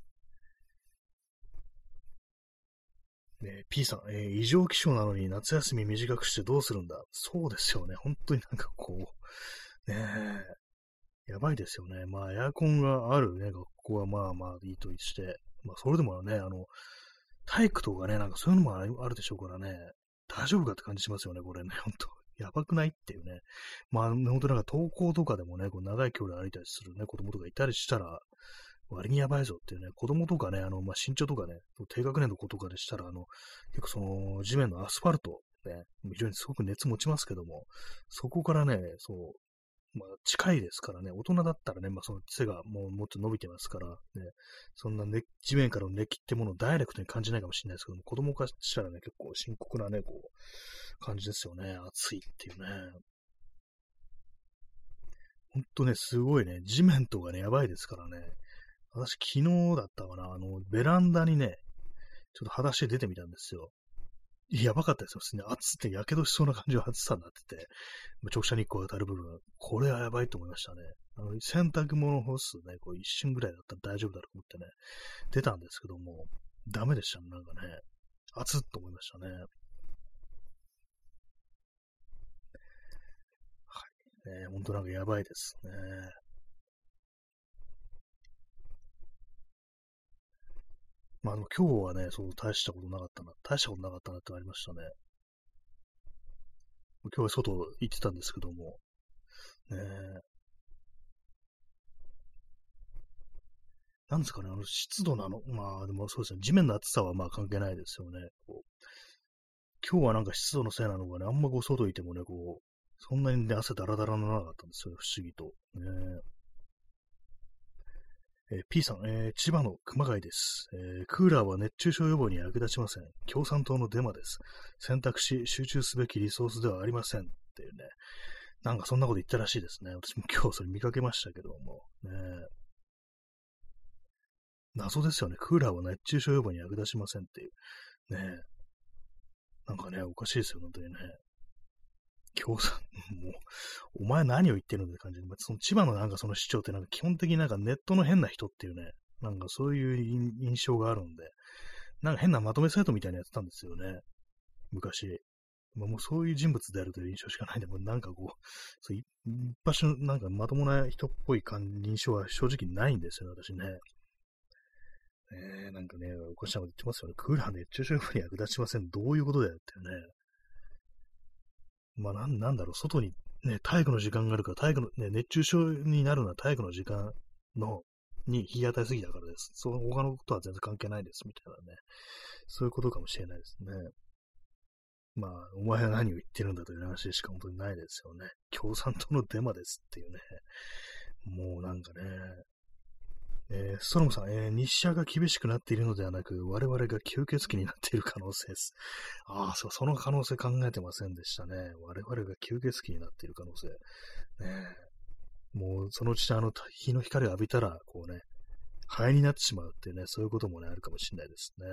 ね、P さん、えー異常気象なのに夏休み短くしてどうするんだ。そうですよね。本当になんかこう、ねえ、やばいですよね。まあ、エアコンがあるね、学校はまあまあいいとして、まあ、それでもね、あの、体育とかね、なんかそういうのもあるあるでしょうからね、大丈夫かって感じしますよね、これね、本当やばくないっていうね。まあ、本当なんか登校とかでもね、こう長い距離歩いたりするね、子供とかいたりしたら、割にやばいぞっていうね、子供とかね、あの、まあ、身長とかね、低学年の子とかでしたら、あの、結構その、地面のアスファルト、ね、非常にすごく熱持ちますけども、そこからね、そう、まあ、近いですからね、大人だったらね、まあ、その背がもうもっと伸びてますから、ね、そんな、ね、地面からの熱気ってものをダイレクトに感じないかもしれないですけども、子供からしたらね、結構深刻なね、こう、感じですよね、暑いっていうね。ほんとね、すごいね、地面とかね、やばいですからね。私、昨日だったかな、あの、ベランダにね、ちょっと裸足で出てみたんですよ。やばかったですよ。普通に暑って火傷しそうな感じの暑さになってて、直射日光が当たる部分、これはやばいと思いましたね。あの、洗濯物干すね、こう一瞬ぐらいだったら大丈夫だと思ってね、出たんですけども、ダメでしたね、なんかね。暑っと思いましたね。はい。ね、ほんとなんかやばいですね。まあでも今日はね、そう大したことなかったな、大したことなかったなってありましたね。今日は外行ってたんですけども、ねえ、なんですかね、あの湿度なの、まあでもそうですね、地面の暑さはまあ関係ないですよね。こう今日はなんか湿度のせいなのかね、あんまこう外いてもね、こう、そんなにね、汗だらだらにならなかったんですよね、不思議と。ねえー P さん、えー千葉の熊谷です、えークーラーは熱中症予防に役立ちません。共産党のデマです。選択し、集中すべきリソースではありません。っていうね。なんかそんなこと言ったらしいですね。私も今日それ見かけましたけども。ね、謎ですよね。クーラーは熱中症予防に役立ちませんっていう。ね、なんかね、おかしいですよ、本当にね。共産、もう、お前何を言ってるのって感じで、その千葉のなんかその市長ってなんか基本的になんかネットの変な人っていうね、なんかそういう印象があるんで、なんか変なまとめサイトみたいなのやってたんですよね。昔。まあ、もうそういう人物であるという印象しかないんで、もうなんかこう、そう一場所、なんかまともな人っぽい感印象は正直ないんですよね、私ね。えー、なんかね、おかしなこと言ってますよね。クーラー熱中症予防に役立ちません。どういうことだよってね。まあなん、なんだろう、外にね、体育の時間があるから、体育の、ね、熱中症になるのは体育の時間の、に日当たりすぎたからです。その他のことは全然関係ないです、みたいなね。そういうことかもしれないですね。まあ、お前は何を言ってるんだという話しか本当にないですよね。共産党のデマですっていうね。もうなんかね、えー、ストロムさん、えー、日射が厳しくなっているのではなく、我々が吸血鬼になっている可能性です。ああ、そう、その可能性考えてませんでしたね。我々が吸血鬼になっている可能性。ねえ、もう、そのうちあの、日の光を浴びたら、こうね、肺になってしまうっていうね、そういうこともね、あるかもしれないですね。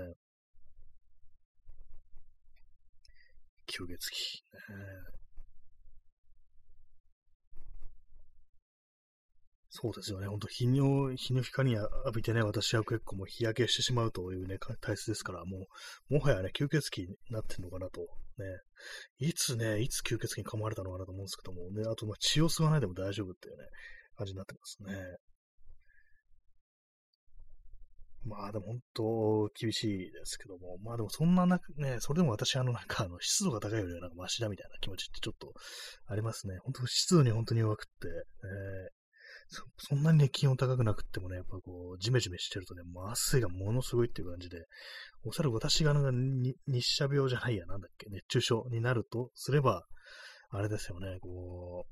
吸血鬼。ねえ、そうですよね。ほんと、日の、日の光に浴びてね、私は結構もう日焼けしてしまうというね、体質ですから、もう、もはやね、吸血鬼になってんのかなと。ね。いつね、いつ吸血鬼に噛まれたのかなと思うんですけども、ね、あと、まあ、血を吸わないでも大丈夫っていうね、感じになってますね。まあでも本当厳しいですけども、まあでもそんななくね、それでも私あのなんかあの湿度が高いよりはなんかマシだみたいな気持ちってちょっとありますね。本当湿度に本当に弱くって、えーそ、そんなにね、気温高くなくってもね、やっぱこう、ジメジメしてるとね、もう汗がものすごいっていう感じで、おそらく私がなんかに日射病じゃないや、なんだっけ、熱中症になるとすれば、あれですよね、こ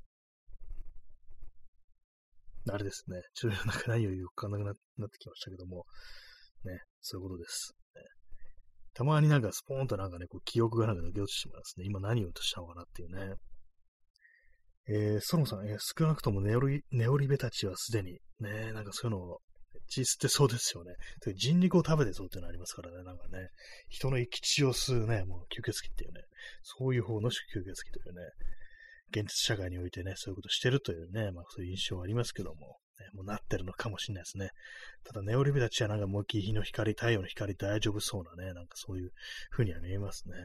う、あれですね、ちょっとなんか何を言うかなくななってきましたけども、ね、そういうことです。ね、たまになんかスポーンとなんかね、こう記憶がなんか抜け落ちてしまいますね。今何を言おうとしたのかなっていうね。えー、ソロンさん、えー少なくともネオリ、ネオリベたちはすでに、ね、なんかそういうのを血吸ってそうですよね。人肉を食べてそうっていうのありますからね、なんかね、人の生き血を吸うね、もう吸血鬼っていうね、そういう方の吸血鬼というね、現実社会においてね、そういうことしてるというね、まあそういう印象はありますけども、ね、もうなってるのかもしれないですね。ただネオリベたちはなんかもう日の光、太陽の光大丈夫そうなね、なんかそういう風には見えますね。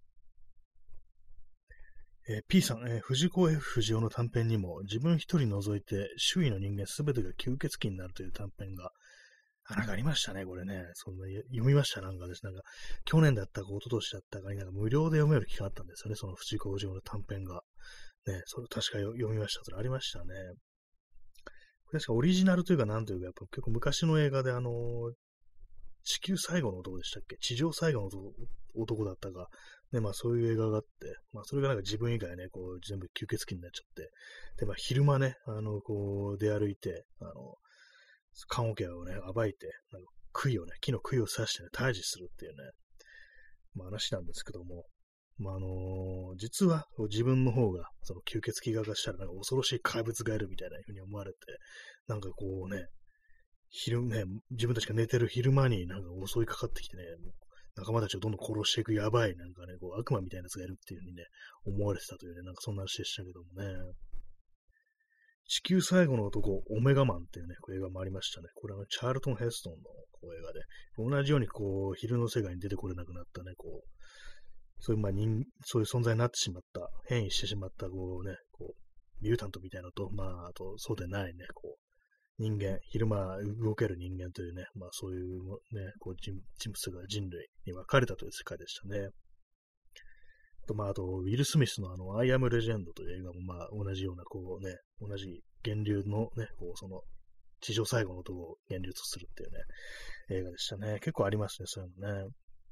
えー P さん、えー藤子 F 不二雄の短編にも自分一人除いて周囲の人間すべてが吸血鬼になるという短編が、あ、なんかありましたね、これね。そんな読みました、なんかです。なんか、去年だったか一昨年だったかになんか無料で読める期間あったんですよね、その藤子不二雄の短編が。ね、それ確か読みました。それありましたね。確かオリジナルというか、なんというか、やっぱ結構昔の映画で、あのー地球最後の男でしたっけ、地上最後の男男だったか。ね、まあそういう映画があって、まあそれがなんか自分以外ね、こう全部吸血鬼になっちゃって、で、まあ昼間ね、あの、こう出歩いて、あの、棺桶をね、暴いて、なんか杭をね、木の杭を刺してね、退治するっていうね、まあ話なんですけども、まああのー実は自分の方が、その吸血鬼側がしたらなんか恐ろしい怪物がいるみたいな風に思われて、なんかこうね、昼ね、自分たちが寝てる昼間になんか襲いかかってきてね、仲間たちをどんどん殺していくやばい、なんかね、こう悪魔みたいなやつがいるっていう風にね、思われてたというね、なんかそんな話でしたけどもね。地球最後の男、オメガマンっていうね、こう映画もありましたね。これはチャールトン・ヘストンのこう映画で、同じようにこう、昼の世界に出てこれなくなったね、こう、そういう、まあ人、そういう存在になってしまった、変異してしまった、こうね、こう、ミュータントみたいなのと、まあ、あと、そうでないね、こう、人間、昼間動ける人間というね、まあそういうね、こう人人物が人類に分かれたという世界でしたね。あと、まあ、あと、ウィル・スミスのあの、アイアム・レジェンドという映画も、まあ、同じような、こうね、同じ源流のね、こう、その、地上最後の男を源流とするっていうね、映画でしたね。結構ありますね、そういうのね。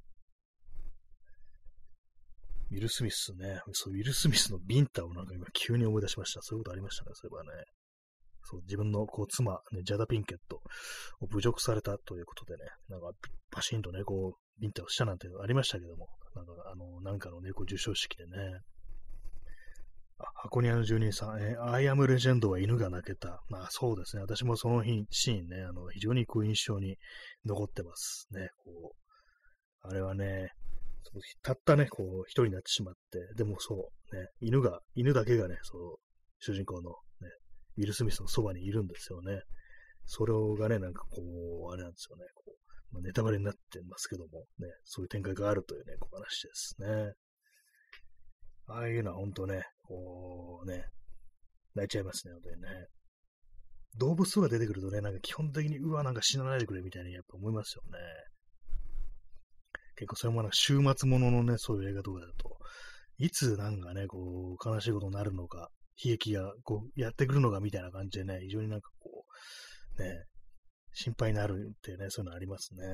ウィル・スミスね、そう、ウィル・スミスのビンタをなんか今急に思い出しました。そういうことありましたね、そういえばね。そう、自分のこう妻、ね、ジャダ・ピンケットを侮辱されたということでね、なんかパシンとね、こう、ビンタをしたなんてありましたけども、なんかあの、なんかのね、こう授賞式でね、あ、箱庭の住人さん、えー、アイアムレジェンドは犬が泣けた。まあそうですね、私もその日シーンね、あの、非常にこう印象に残ってますね、こう、あれはね、たったね、こう、一人になってしまって、でもそう、ね、犬が、犬だけがね、そう、主人公のね、ウィル・スミスのそばにいるんですよね。それがね、なんかこう、あれなんですよね、こう、まあ、ネタバレになってますけども、ね、そういう展開があるというね、こう話ですね。ああいうのは本当ね、こうね、泣いちゃいますね、本当にね。動物とか出てくるとね、なんか基本的に、うわ、なんか死なないでくれみたいにやっぱ思いますよね。結構それもなんか週末もののね、そういう映画とかだと、いつなんかね、こう、悲しいことになるのか、 悲劇がこうやってくるのがみたいな感じでね、非常になんかこう、ね、心配になるっていうね、そういうのありますね。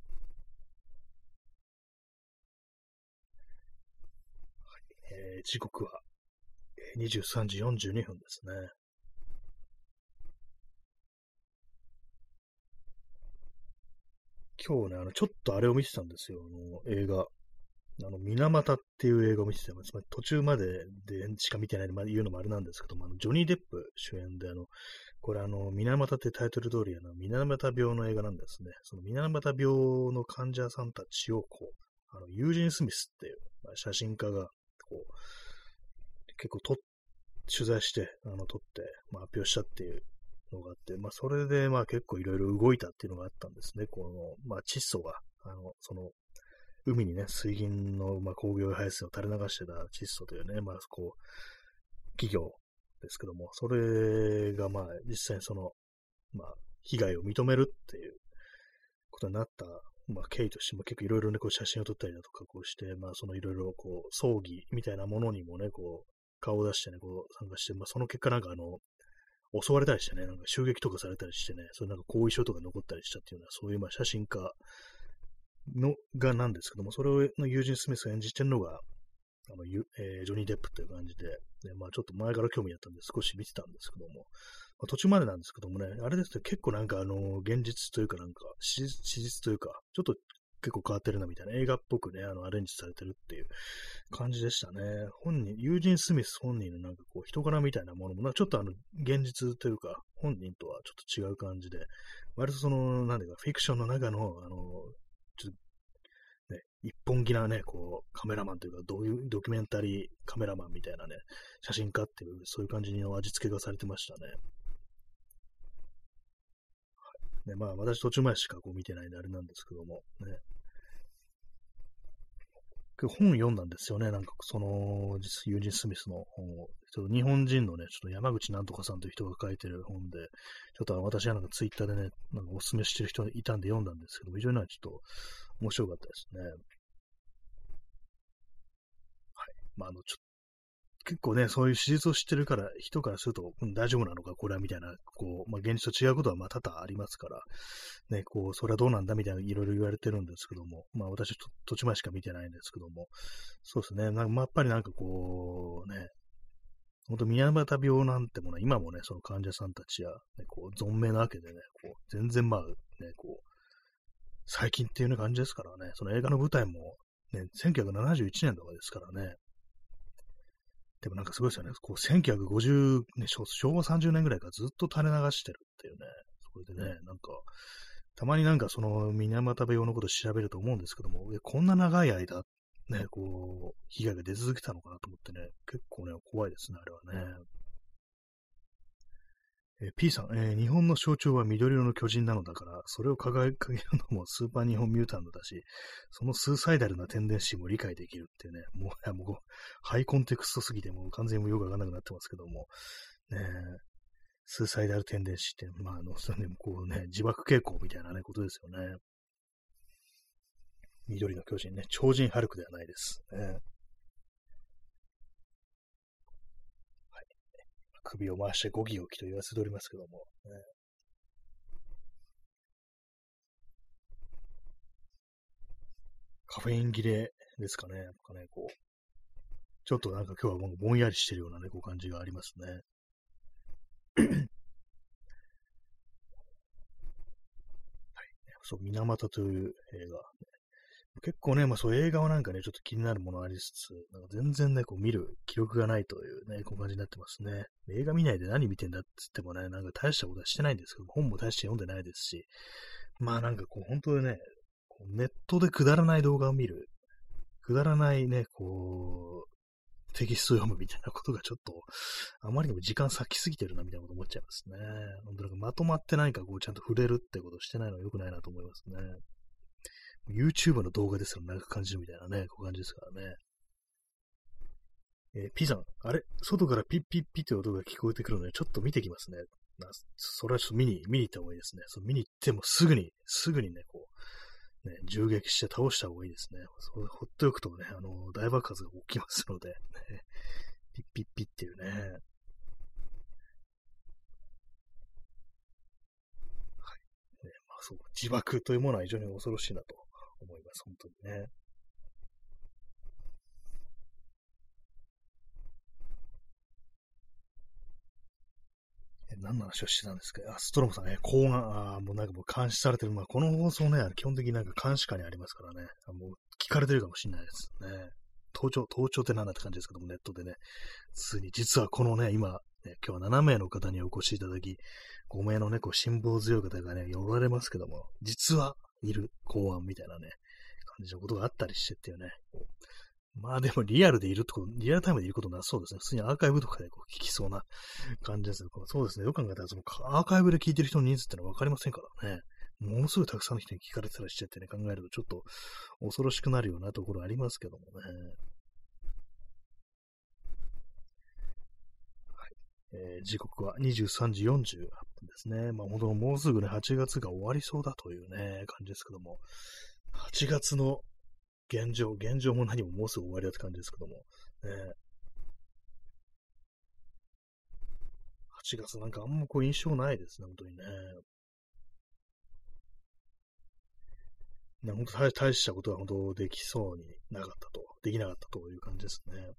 えー、時刻はにじゅうさんじよんじゅうにふんですね。今日ね、あの、ちょっとあれを見てたんですよ、あの、映画。あの、水俣っていう映画を見てて、つまり途中まででしか見てないで、まあ、言うのもあれなんですけども、あのジョニー・デップ主演で、あの、これあの、水俣ってタイトル通り、あの、水俣病の映画なんですね。その水俣病の患者さんたちを、こう、あの、ユージン・スミスっていう、まあ、写真家が、こう、結構と、取材して、あの、撮って、まあ、発表したっていうのがあって、まあ、それで、まあ、結構いろいろ動いたっていうのがあったんですね。この、まあ、窒素が、あの、その、海にね、水銀の、まあ、工業排出を垂れ流してた窒素というね、まあ、こう、企業ですけども、それが、まあ、実際にその、まあ、被害を認めるっていうことになった、まあ、経緯としても結構いろいろね、こう写真を撮ったりだとか、こうして、まあ、そのいろいろ、こう、葬儀みたいなものにもね、こう、顔を出してね、こう、参加して、まあ、その結果なんかあの、襲われたりしてね、なんか襲撃とかされたりしてね、そういうなんか後遺症とか残ったりしたっていうのは、そういうまあ写真家のがなんですけども、それをのユージン・スミスが演じてるのが、あの、ゆえージョニー・デップっていう感じで、ね、まあちょっと前から興味あったんで少し見てたんですけども、まあ、途中までなんですけどもね、あれですと結構なんかあの、現実というかなんか史、史実というか、ちょっと結構変わってるなみたいな映画っぽくね、あの、アレンジされてるっていう感じでしたね。本人、ユージン・スミス本人のなんかこう、人柄みたいなものも、なんかちょっとあの、現実というか、本人とはちょっと違う感じで、割とその、なんていうか、フィクションの中の、あの、ちょっとね、一本気なね、こう、カメラマンというか、どういうドキュメンタリーカメラマンみたいなね、写真家っていう、そういう感じの味付けがされてましたね。ね、まあ、私途中までしかこう見てないんであれなんですけども、ね。本読んだんですよね。なんか、その、ユージン・スミスの本を。ちょっと日本人のね、ちょっと山口なんとかさんという人が書いてる本で、ちょっと私はなんかツイッターでね、なんかお勧めしてる人いたんで読んだんですけど、非常になんかちょっと面白かったですね。はい。まあ、あの、ちょ結構ね、そういう史実を知ってるから、人からすると、うん、大丈夫なのか、これはみたいな、こう、まあ、現実と違うことはまあ多々ありますから、ね、こう、それはどうなんだみたいな、いろいろ言われてるんですけども、まあ、私と途中までしか見てないんですけども、そうですね、なんかまあ、やっぱりなんかこう、ね、本当、水俣病なんてものは、今もね、その患者さんたちや、ね、こう、存命なわけでね、こう、全然まあ、ね、こう、最近っていうような感じですからね、その映画の舞台も、ね、せんきゅうひゃくななじゅういちねんとかですからね、でもなんかすごいですよね。こう、せんきゅうひゃくごじゅう、ね、昭昭和さんじゅうねんぐらいからずっと垂れ流してるっていうね。それでね、なんか、たまになんかその水俣病のこと調べると思うんですけども、えこんな長い間、ね、こう、被害が出続けたのかなと思ってね、結構ね、怖いですね、あれはね。えー P さん、えー日本の象徴は緑色の巨人なのだから、それを掲げるのもスーパー日本ミュータントだし、そのスーサイダルなテンデンシーも理解できるっていうね、もう、いやもうハイコンテクストすぎて、もう完全にもうよくわかんなくなってますけども、ねえ、スーサイダルテンデンシーって、まあ、あの、それね、こうね、自爆傾向みたいなね、ことですよね。緑の巨人ね、超人ハルクではないです。ね、首を回してゴキゴキと言わせておりますけども、ね、カフェイン切れですかね。なんかね、こう、ちょっとなんか今日はもうぼんやりしてるようなね、こう感じがありますね。そう、水俣という映画。結構ね、まあそう映画はなんかね、ちょっと気になるものありつつ、なんか全然ね、こう見る記録がないというね、こう感じになってますね。映画見ないで何見てんだって言ってもね、なんか大したことはしてないんですけど、本も大して読んでないですし、まあなんかこう本当にね、こうネットでくだらない動画を見る、くだらないね、こう、テキストを読むみたいなことがちょっと、あまりにも時間割きすぎてるなみたいなこと思っちゃいますね。本当なんかまとまって何かこうちゃんと触れるってことをしてないのは良くないなと思いますね。YouTube の動画ですら長く感じるみたいなね、こういう感じですからね。えー、P さん、あれ外からピッピッピッという音が聞こえてくるので、ちょっと見てきますね。なそれはちょっと見に、見に行った方がいいですね。そう見に行ってもすぐに、すぐにね、こう、ね、銃撃して倒した方がいいですね。そうほっとくとね、あの、大爆発が起きますので、ね、ピッピッピッっていうね。 そう、自爆というものは非常に恐ろしいなと思います。本当にね。え何の話をしてたんですか？あ、ストロムさんね、公安、あーもうなんかもう監視されてる。まあ、この放送ね、基本的になんか監視下にありますからね、あもう聞かれてるかもしれないですね。盗聴、盗聴って何だって感じですけども、ネットでね、ついに、実はこのね、今、ね、今日はななめいの方にお越しいただき、ごめいのね、こう、辛抱強い方がね、おられますけども、実はいる公安みたいなね、感じのことがあったりしてっていうね、こうまあでもリアルでいるってこと、リアルタイムでいることなさそうですね。普通にアーカイブとかでこう聞きそうな感じですね。そうですね。よく考えたら、そのアーカイブで聞いてる人の人数ってのは分かりませんからね。ものすごいたくさんの人に聞かれてたりしてってね、考えるとちょっと恐ろしくなるようなところありますけどもね。えー、時刻はにじゅうさんじよんじゅうはっぷんですね。まあ本当もうすぐね、はちがつが終わりそうだというね、感じですけども、はちがつの現状、現状も何ももうすぐ終わりだって感じですけども、ね、はちがつなんかあんまこう印象ないですね、本当にね。ね本当大大したことは本当できそうになかったと、できなかったという感じですね。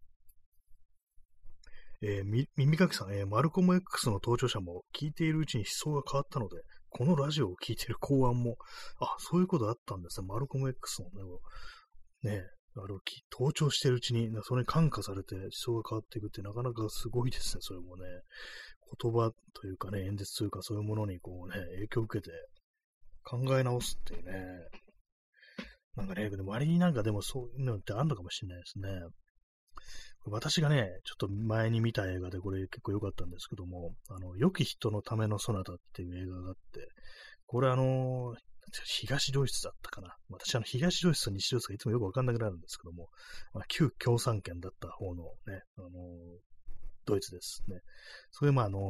えー、み、耳かきさん、えー、マルコム X の登場者も聞いているうちに思想が変わったので、このラジオを聞いている公安も、あ、そういうことあったんですね。マルコム X のね、ね、あれをき登場しているうちに、それに感化されて思想が変わっていくってなかなかすごいですね、それもね。言葉というかね、演説というかそういうものにこうね、影響を受けて考え直すっていうね。なんかね、でも割になんかでもそういうのってあるのかもしれないですね。私がね、ちょっと前に見た映画でこれ結構良かったんですけども、あの、良き人のためのソナタっていう映画があって、これあの、東ドイツだったかな。私あの、東ドイツと西ドイツがいつもよくわかんなくなるんですけども、まあ、旧共産圏だった方のね、あの、ドイツですね。それでまああの、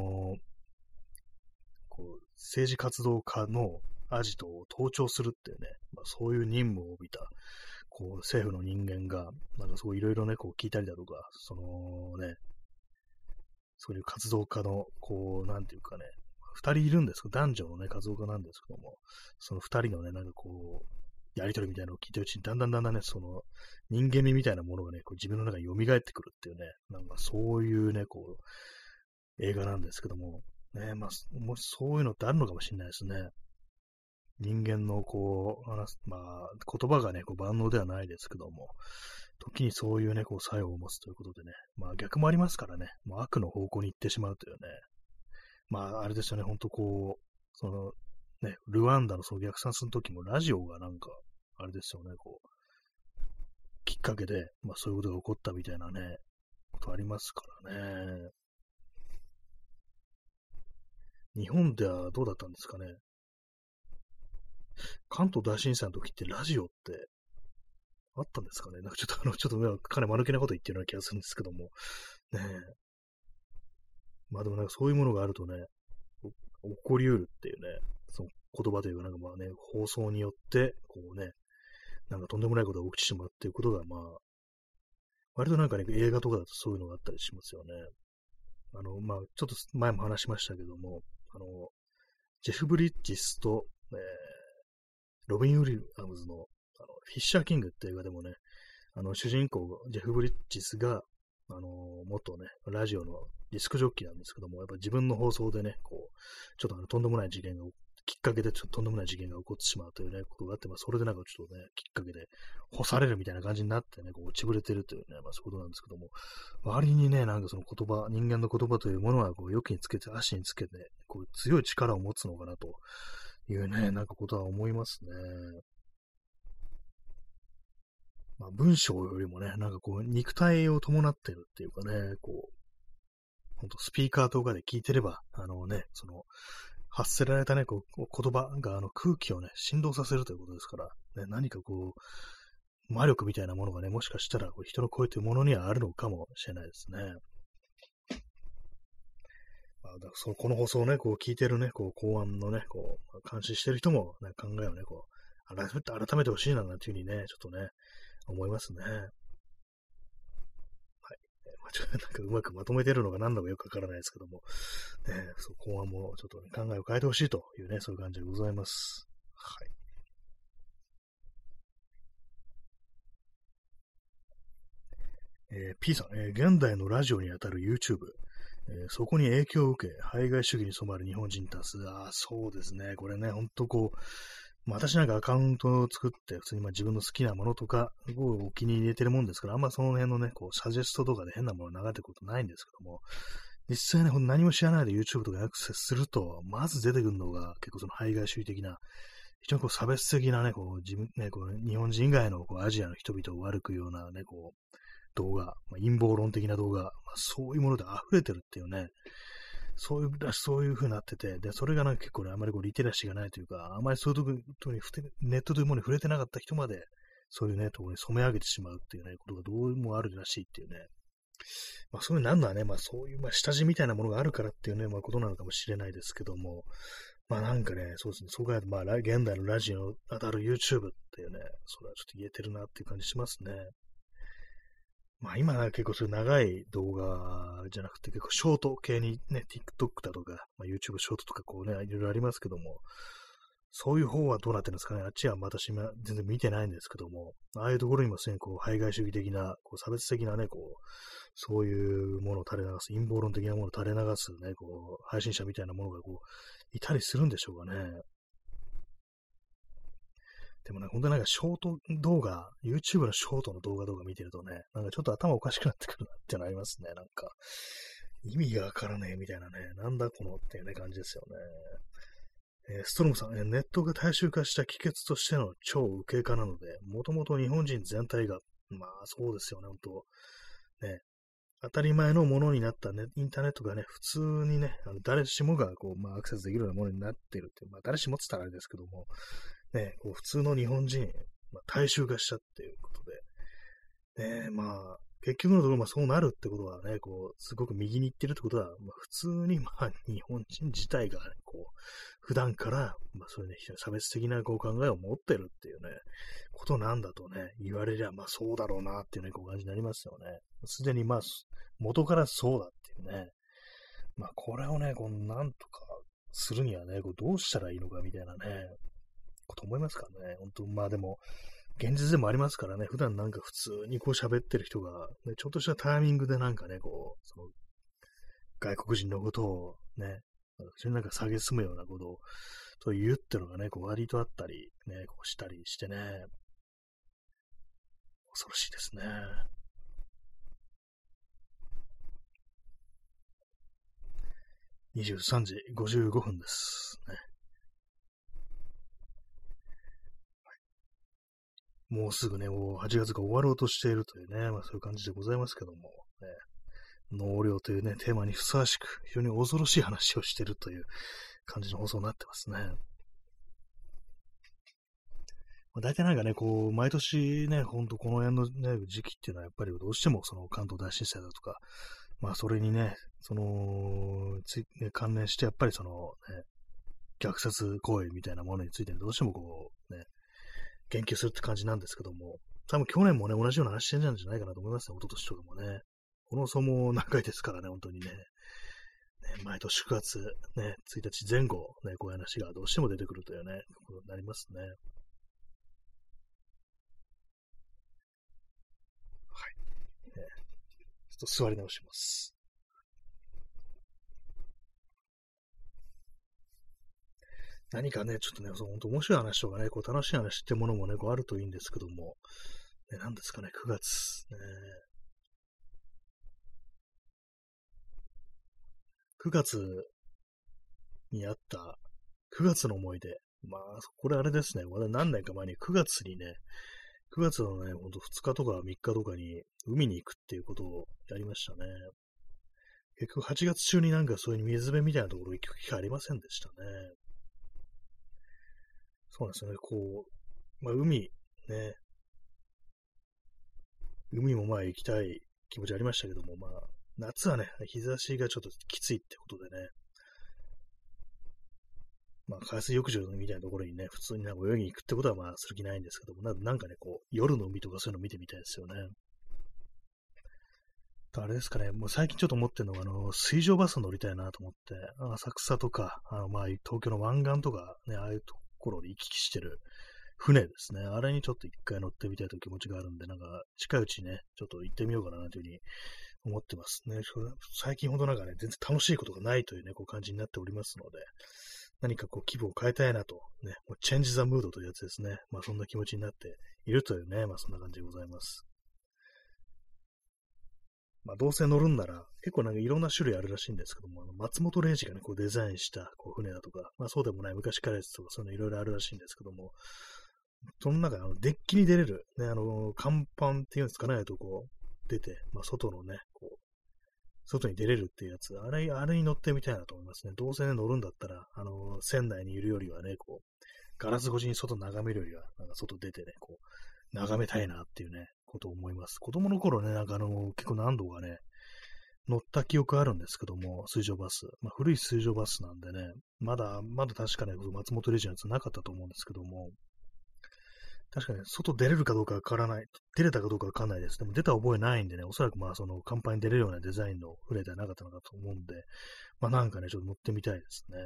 こう、政治活動家のアジトを盗聴するっていうね、まあ、そういう任務を帯びたこう、政府の人間が、なんかそういろいろね、こう聞いたりだとか、そのね、そういう活動家の、こう、なんていうかね、二人いるんですけど、男女のね、活動家なんですけども、その二人のね、なんかこう、やりとりみたいなのを聞いてるうちに、だんだんだんだんね、その、人間味みたいなものがね、こう自分の中に蘇ってくるっていうね、なんかそういうね、こう、映画なんですけども、ね、まあ、もしそういうのってあるのかもしれないですね。人間のこう、話す、まあ、言葉がね、こう万能ではないですけども、時にそういうね、こう作用を持つということでね、まあ逆もありますからね、もう悪の方向に行ってしまうというね、まああれですよね、ほんとこう、その、ね、ルワンダのその逆算するときもラジオがなんか、あれですよね、こう、きっかけで、まあそういうことが起こったみたいなね、ことありますからね。日本ではどうだったんですかね。関東大震災の時ってラジオってあったんですかね。なんかちょっとあの、ちょっとかなり間抜けなこと言ってるような気がするんですけども。ねえ。まあでもなんかそういうものがあるとね、起こり得るっていうね、その言葉というかなんかまあね、放送によって、こうね、なんかとんでもないことが起きてしまうっていうことがまあ、割となんかね、映画とかだとそういうのがあったりしますよね。あの、まあ、ちょっと前も話しましたけども、あの、ジェフ・ブリッジスと、えー、ロビン・ウィリアムズのあのフィッシャー・キングって映画でもね、あの主人公、ジェフ・ブリッジスが、あの元ね、ラジオのディスクジョッキーなんですけども、やっぱ自分の放送でね、こう、ちょっとあのとんでもない事件が、きっかけでちょっととんでもない事件が起こってしまうというね、ことがあって、まあ、それでなんかちょっとね、きっかけで干されるみたいな感じになってね、こう、落ちぶれてるというね、まあそういうことなんですけども、割にね、なんかその言葉、人間の言葉というものは、こう、良きにつけて、足につけて、こう、強い力を持つのかなというね、なんかことは思いますね。まあ、文章よりもね、なんかこう、肉体を伴ってるっていうかね、こう、ほんとスピーカーとかで聞いてれば、あのね、その、発せられたね、こう、言葉があの空気をね、振動させるということですから、ね、何かこう、魔力みたいなものがね、もしかしたらこう人の声というものにはあるのかもしれないですね。まあ、だからそのこの放送をね、こう聞いてるね、こう公安のね、こう、監視してる人も、ね、考えをね、こう、改めて、改めてほしいな、なんていうふうにね、ちょっとね、思いますね。はい。まあ、ちょっとなんかうまくまとめてるのが何だかよくわからないですけども、ね、そう、公安もちょっと、ね、考えを変えてほしいというね、そういう感じでございます。 はい。えー、P さん、えー現代のラジオにあたる YouTube、えーそこに影響を受け、排外主義に染まる日本人多数。ああ、そうですね。これね、ほんとこう、まあ、私なんかアカウントを作って、普通にまあ自分の好きなものとかをお気に入れてるもんですから、あんまその辺のね、こう、サジェストとかで変なもの流れてることないんですけども、実際ね、ほんと何も知らないで YouTube とかアクセスすると、まず出てくるのが結構その排外主義的な、非常にこう差別的なね、こう、自分、ね、こう、日本人以外のこうアジアの人々を悪く言うようなね、こう、動画、まあ、陰謀論的な動画、まあ、そういうもので溢れてるっていうね、そういう、そういう風になってて、で、それがなんか結構ね、あまりこうリテラシーがないというか、あまりそういうところに触れネットというものに触れてなかった人まで、そういうね、ところに染め上げてしまうっていうね、ことがどうもあるらしいっていうね。まあそういうのなんのはね、まあそういう、まあ下地みたいなものがあるからっていうね、まあことなのかもしれないですけども、まあなんかね、そうですね、そう考えると、まあ現代のラジオに当たる YouTube っていうね、それはちょっと言えてるなっていう感じしますね。まあ今は結構そういう長い動画じゃなくて結構ショート系にね、TikTok だとか、まあ、YouTube ショートとかこうね、いろいろありますけども、そういう方はどうなってるんですかね。あっちは私今全然見てないんですけども、ああいうところにもすでにこう、排外主義的な、こう差別的なね、こう、そういうものを垂れ流す、陰謀論的なものを垂れ流すね、こう、配信者みたいなものがこう、いたりするんでしょうかね。でもね、ほんとなんかショート動画、YouTube のショートの動画とか見てるとね、なんかちょっと頭おかしくなってくるなってのありますね、なんか。意味がわからねえみたいなね、なんだこのっていうね、感じですよね。えーストロムさん、えーネットが大衆化した帰結としての超右傾化なので、もともと日本人全体が、まあそうですよね、本当ね、当たり前のものになったね、インターネットがね、普通にね、あの誰しもがこう、まあ、アクセスできるようなものになっているっていう、まあ誰しもって言ったらあれですけども、ね、こう普通の日本人、まあ、大衆化したっていうことで、ね、まあ、結局のところ、まあそうなるってことはね、こう、すごく右に行ってるってことは、まあ普通に、まあ日本人自体が、ね、こう、普段から、まあそういうね、差別的なこう考えを持ってるっていうね、ことなんだとね、言われりゃ、まあそうだろうなっていうね、こう感じになりますよね。すでにまあ、元からそうだっていうね。まあこれをね、こう、なんとかするにはね、こうどうしたらいいのかみたいなね、こと思いますからね。本当まあでも、現実でもありますからね、普段なんか普通にこう喋ってる人が、ね、ちょっとしたタイミングでなんかね、こう、その外国人のことをね、非常になんか下げすむようなことをと言うってのがね、こう割とあったり、ね、こうしたりしてね、恐ろしいですね。にじゅうさんじごじゅうごふんです。ね、もうすぐね、もうはちがつが終わろうとしているというね、まあそういう感じでございますけども、ね、納涼というね、テーマにふさわしく、非常に恐ろしい話をしているという感じの放送になってますね。まあ、大体なんかね、こう、毎年ね、ほんとこの辺のね、時期っていうのはやっぱりどうしてもその関東大震災だとか、まあそれにね、その、ついね、関連してやっぱりその、ね、虐殺行為みたいなものについてどうしてもこう、ね、言及するって感じなんですけども、多分去年もね、同じような話してんじゃないかなと思いますね、一昨年とかもね。この層も長いですからね、本当にね。ね毎年くがつ、ね、ついたち前後、ね、こういう話がどうしても出てくるというね、ことになりますね。はい。ね、ちょっと座り直します。何かね、ちょっとね、そう、本当面白い話とかね、こう楽しい話ってものもね、こうあるといいんですけども、ね、何ですかね、くがつ、ね、くがつにあったくがつの思い出。まあ、これあれですね。まだ何年か前にくがつにね、くがつのね、ほんとふつかとかみっかとかに海に行くっていうことをやりましたね。結局はちがつ中になんかそういう水辺みたいなところ行く機会ありませんでしたね。そうなんですよね。こう、まあ海、ね、海もまあ行きたい気持ちありましたけども、まあ、夏はね、日差しがちょっときついってことでね、まあ、海水浴場みたいなところにね、普通になんか泳ぎに行くってことはまあする気ないんですけども、ななんかね、こう、夜の海とかそういうの見てみたいですよね。あれですかね、もう最近ちょっと思ってるのが、あの、水上バス乗りたいなと思って、浅草とか、あの、まあ、東京の湾岸とかね、ああいうと頃に行き来してる船ですね。あれにちょっと一回乗ってみたいという気持ちがあるんで、なんか近いうちにね、ちょっと行ってみようかなというふうに思ってますね。最近ほどなんかね、全然楽しいことがないというね、こう感じになっておりますので、何かこう気分を変えたいなと、ね、もうチェンジザムードというやつですね。まあそんな気持ちになっているというね、まあそんな感じでございます。まあどうせ乗るんなら、結構なんかいろんな種類あるらしいんですけども、あの松本零士がね、こうデザインしたこう船だとか、まあそうでもない昔からやつとか、そういうのいろいろあるらしいんですけども、その中であのデッキに出れる、ね、あの、甲板っていうんですかね、とこう出て、まあ外のね、こう、外に出れるっていうやつ、あれ、あれに乗ってみたいなと思いますね。どうせね、乗るんだったら、あの、船内にいるよりはね、こう、ガラス越しに外眺めるよりは、なんか外出てね、こう、眺めたいなっていうね、ことを思います。子供の頃ね、なんかあの、結構何度かね、乗った記憶あるんですけども、水上バス。まあ、古い水上バスなんでね、まだ、まだ確かね、松本零士のやつなかったと思うんですけども、確かに外出れるかどうかわからない、出れたかどうかわかんないです。でも出た覚えないんでね、おそらくまあその甲板に出れるようなデザインの船ではなかったのかと思うんで、まあなんかね、ちょっと乗ってみたいですね。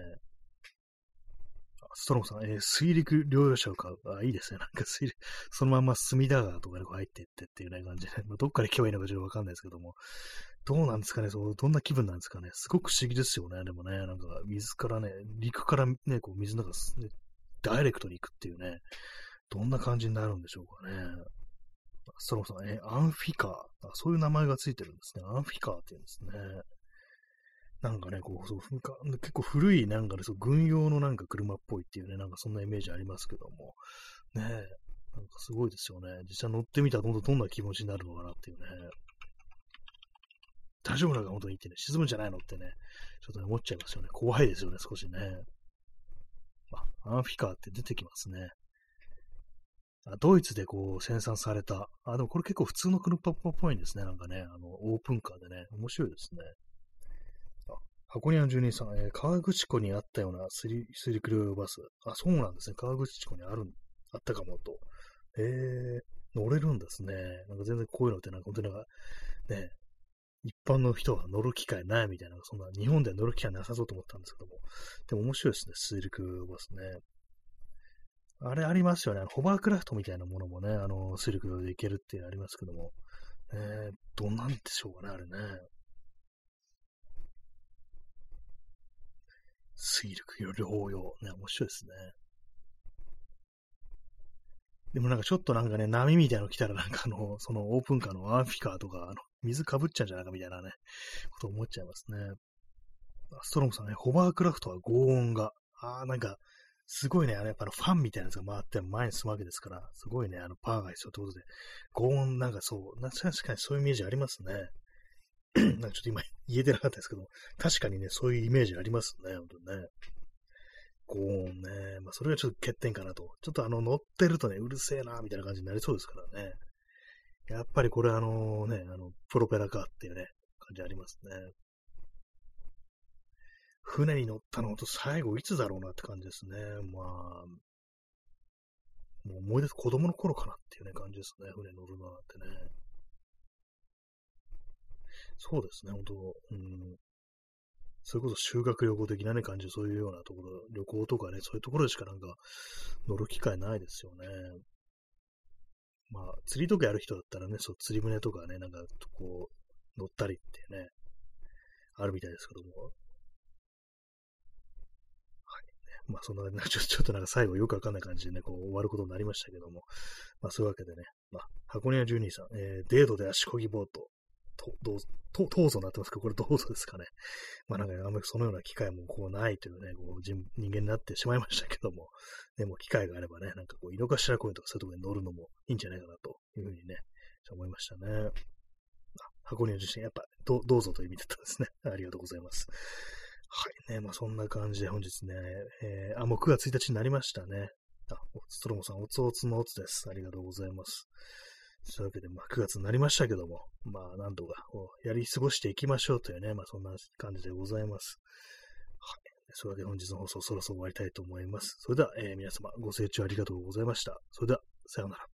ストロムさん、えー水陸両用車を買う。あ、いいですね。なんか水陸、そのまま隅田川とかにこう入っていってっていうね感じで、まあ、どっから行けばいいのかちょっとわかんないですけども、どうなんですかね、そう、どんな気分なんですかね。すごく不思議ですよね。でもね、なんか水からね、陸からね、こう水の中、ね、ダイレクトに行くっていうね、どんな感じになるんでしょうかね。ストロムさん、え、アンフィカー。あ、そういう名前がついてるんですね。アンフィカーって言うんですね。なんかね、こう、そう、結構古い、なんかね、そう、軍用のなんか車っぽいっていうね、なんかそんなイメージありますけども。ねえ、なんかすごいですよね。実際乗ってみたらどんどんどんな気持ちになるのかなっていうね。大丈夫なのか本当に言ってね、沈むんじゃないのってね、ちょっとね、思っちゃいますよね。怖いですよね、少しね。あ、アンフィカーって出てきますね。ドイツでこう生産された、あ、でもこれ結構普通の車っぽいんですね。なんかね、あの、オープンカーでね、面白いですね。あ、箱庭の住人さん、えー、河口湖にあったようなスリスリクルバス。あ、そうなんですね。河口湖にある、あったかもと。えー、乗れるんですね。なんか全然こういうのってなんか本当になんかね、一般の人が乗る機会ないみたいな、そんな日本では乗る機会なさそうと思ったんですけども。でも面白いですね。スリクルバスね。あれありますよね。ホバークラフトみたいなものもね、あの、水陸で行けるっていうのありますけども。えー、どんなんでしょうかね、あれね。水陸両用。ね、面白いですね。でもなんかちょっとなんかね、波みたいなの来たらなんかあの、そのオープンカーのアンフィカーとか、あの、水かぶっちゃうんじゃないかみたいなね、こと思っちゃいますね。ストロムさんね、ホバークラフトは轟音が、あーなんか、すごいね、あの、やっぱファンみたいなやつが回って前に進むわけですから、すごいね、あの、パワーが必要ってことで、轟音なんかそう、確かにそういうイメージありますね。なんかちょっと今言えてなかったですけど、確かにね、そういうイメージありますね、本当にね。轟音ね。まあ、それがちょっと欠点かなと。ちょっとあの、乗ってるとね、うるせえな、みたいな感じになりそうですからね。やっぱりこれあのね、あの、プロペラかっていうね、感じありますね。船に乗ったのと最後いつだろうなって感じですね。まあ、もう思い出す子供の頃かなっていうね、感じですね。船に乗るのなんてね。そうですね、本当うん。それこそ修学旅行的なね、感じ、そういうようなところ、旅行とかね、そういうところでしかなんか乗る機会ないですよね。まあ、釣りとかやる人だったらね、そう、釣り船とかね、なんか、こう、乗ったりってね、あるみたいですけども。はい。まあ、そんな、ちょちょっとなんか最後よくわかんない感じでね、こう、終わることになりましたけども。まあ、そういうわけでね、まあ、箱庭じゅうにさん、えー、デートで足こぎボート、と、どうぞ、と、どうぞになってますけど、これどうぞですかね。まあなんか、あんまりそのような機会もこうないというね、こう人人間になってしまいましたけども、でも機会があればね、なんかこう、井の頭公園とかそういうところに乗るのもいいんじゃないかなというふうにね、思いましたね。あ、箱根受信、やっぱど、どうぞという意味だったんですね。ありがとうございます。はいね、まあそんな感じで本日ね、えー、あ、もうくがつついたちになりましたね。あ、ストロモさん、おつおつのおつです。ありがとうございます。というわけで、まあ、くがつになりましたけども、まあ、なんとか、やり過ごしていきましょうというね、まあ、そんな感じでございます。はい。それで本日の放送そろそろ終わりたいと思います。それでは、えー皆様ご清聴ありがとうございました。それでは、さようなら。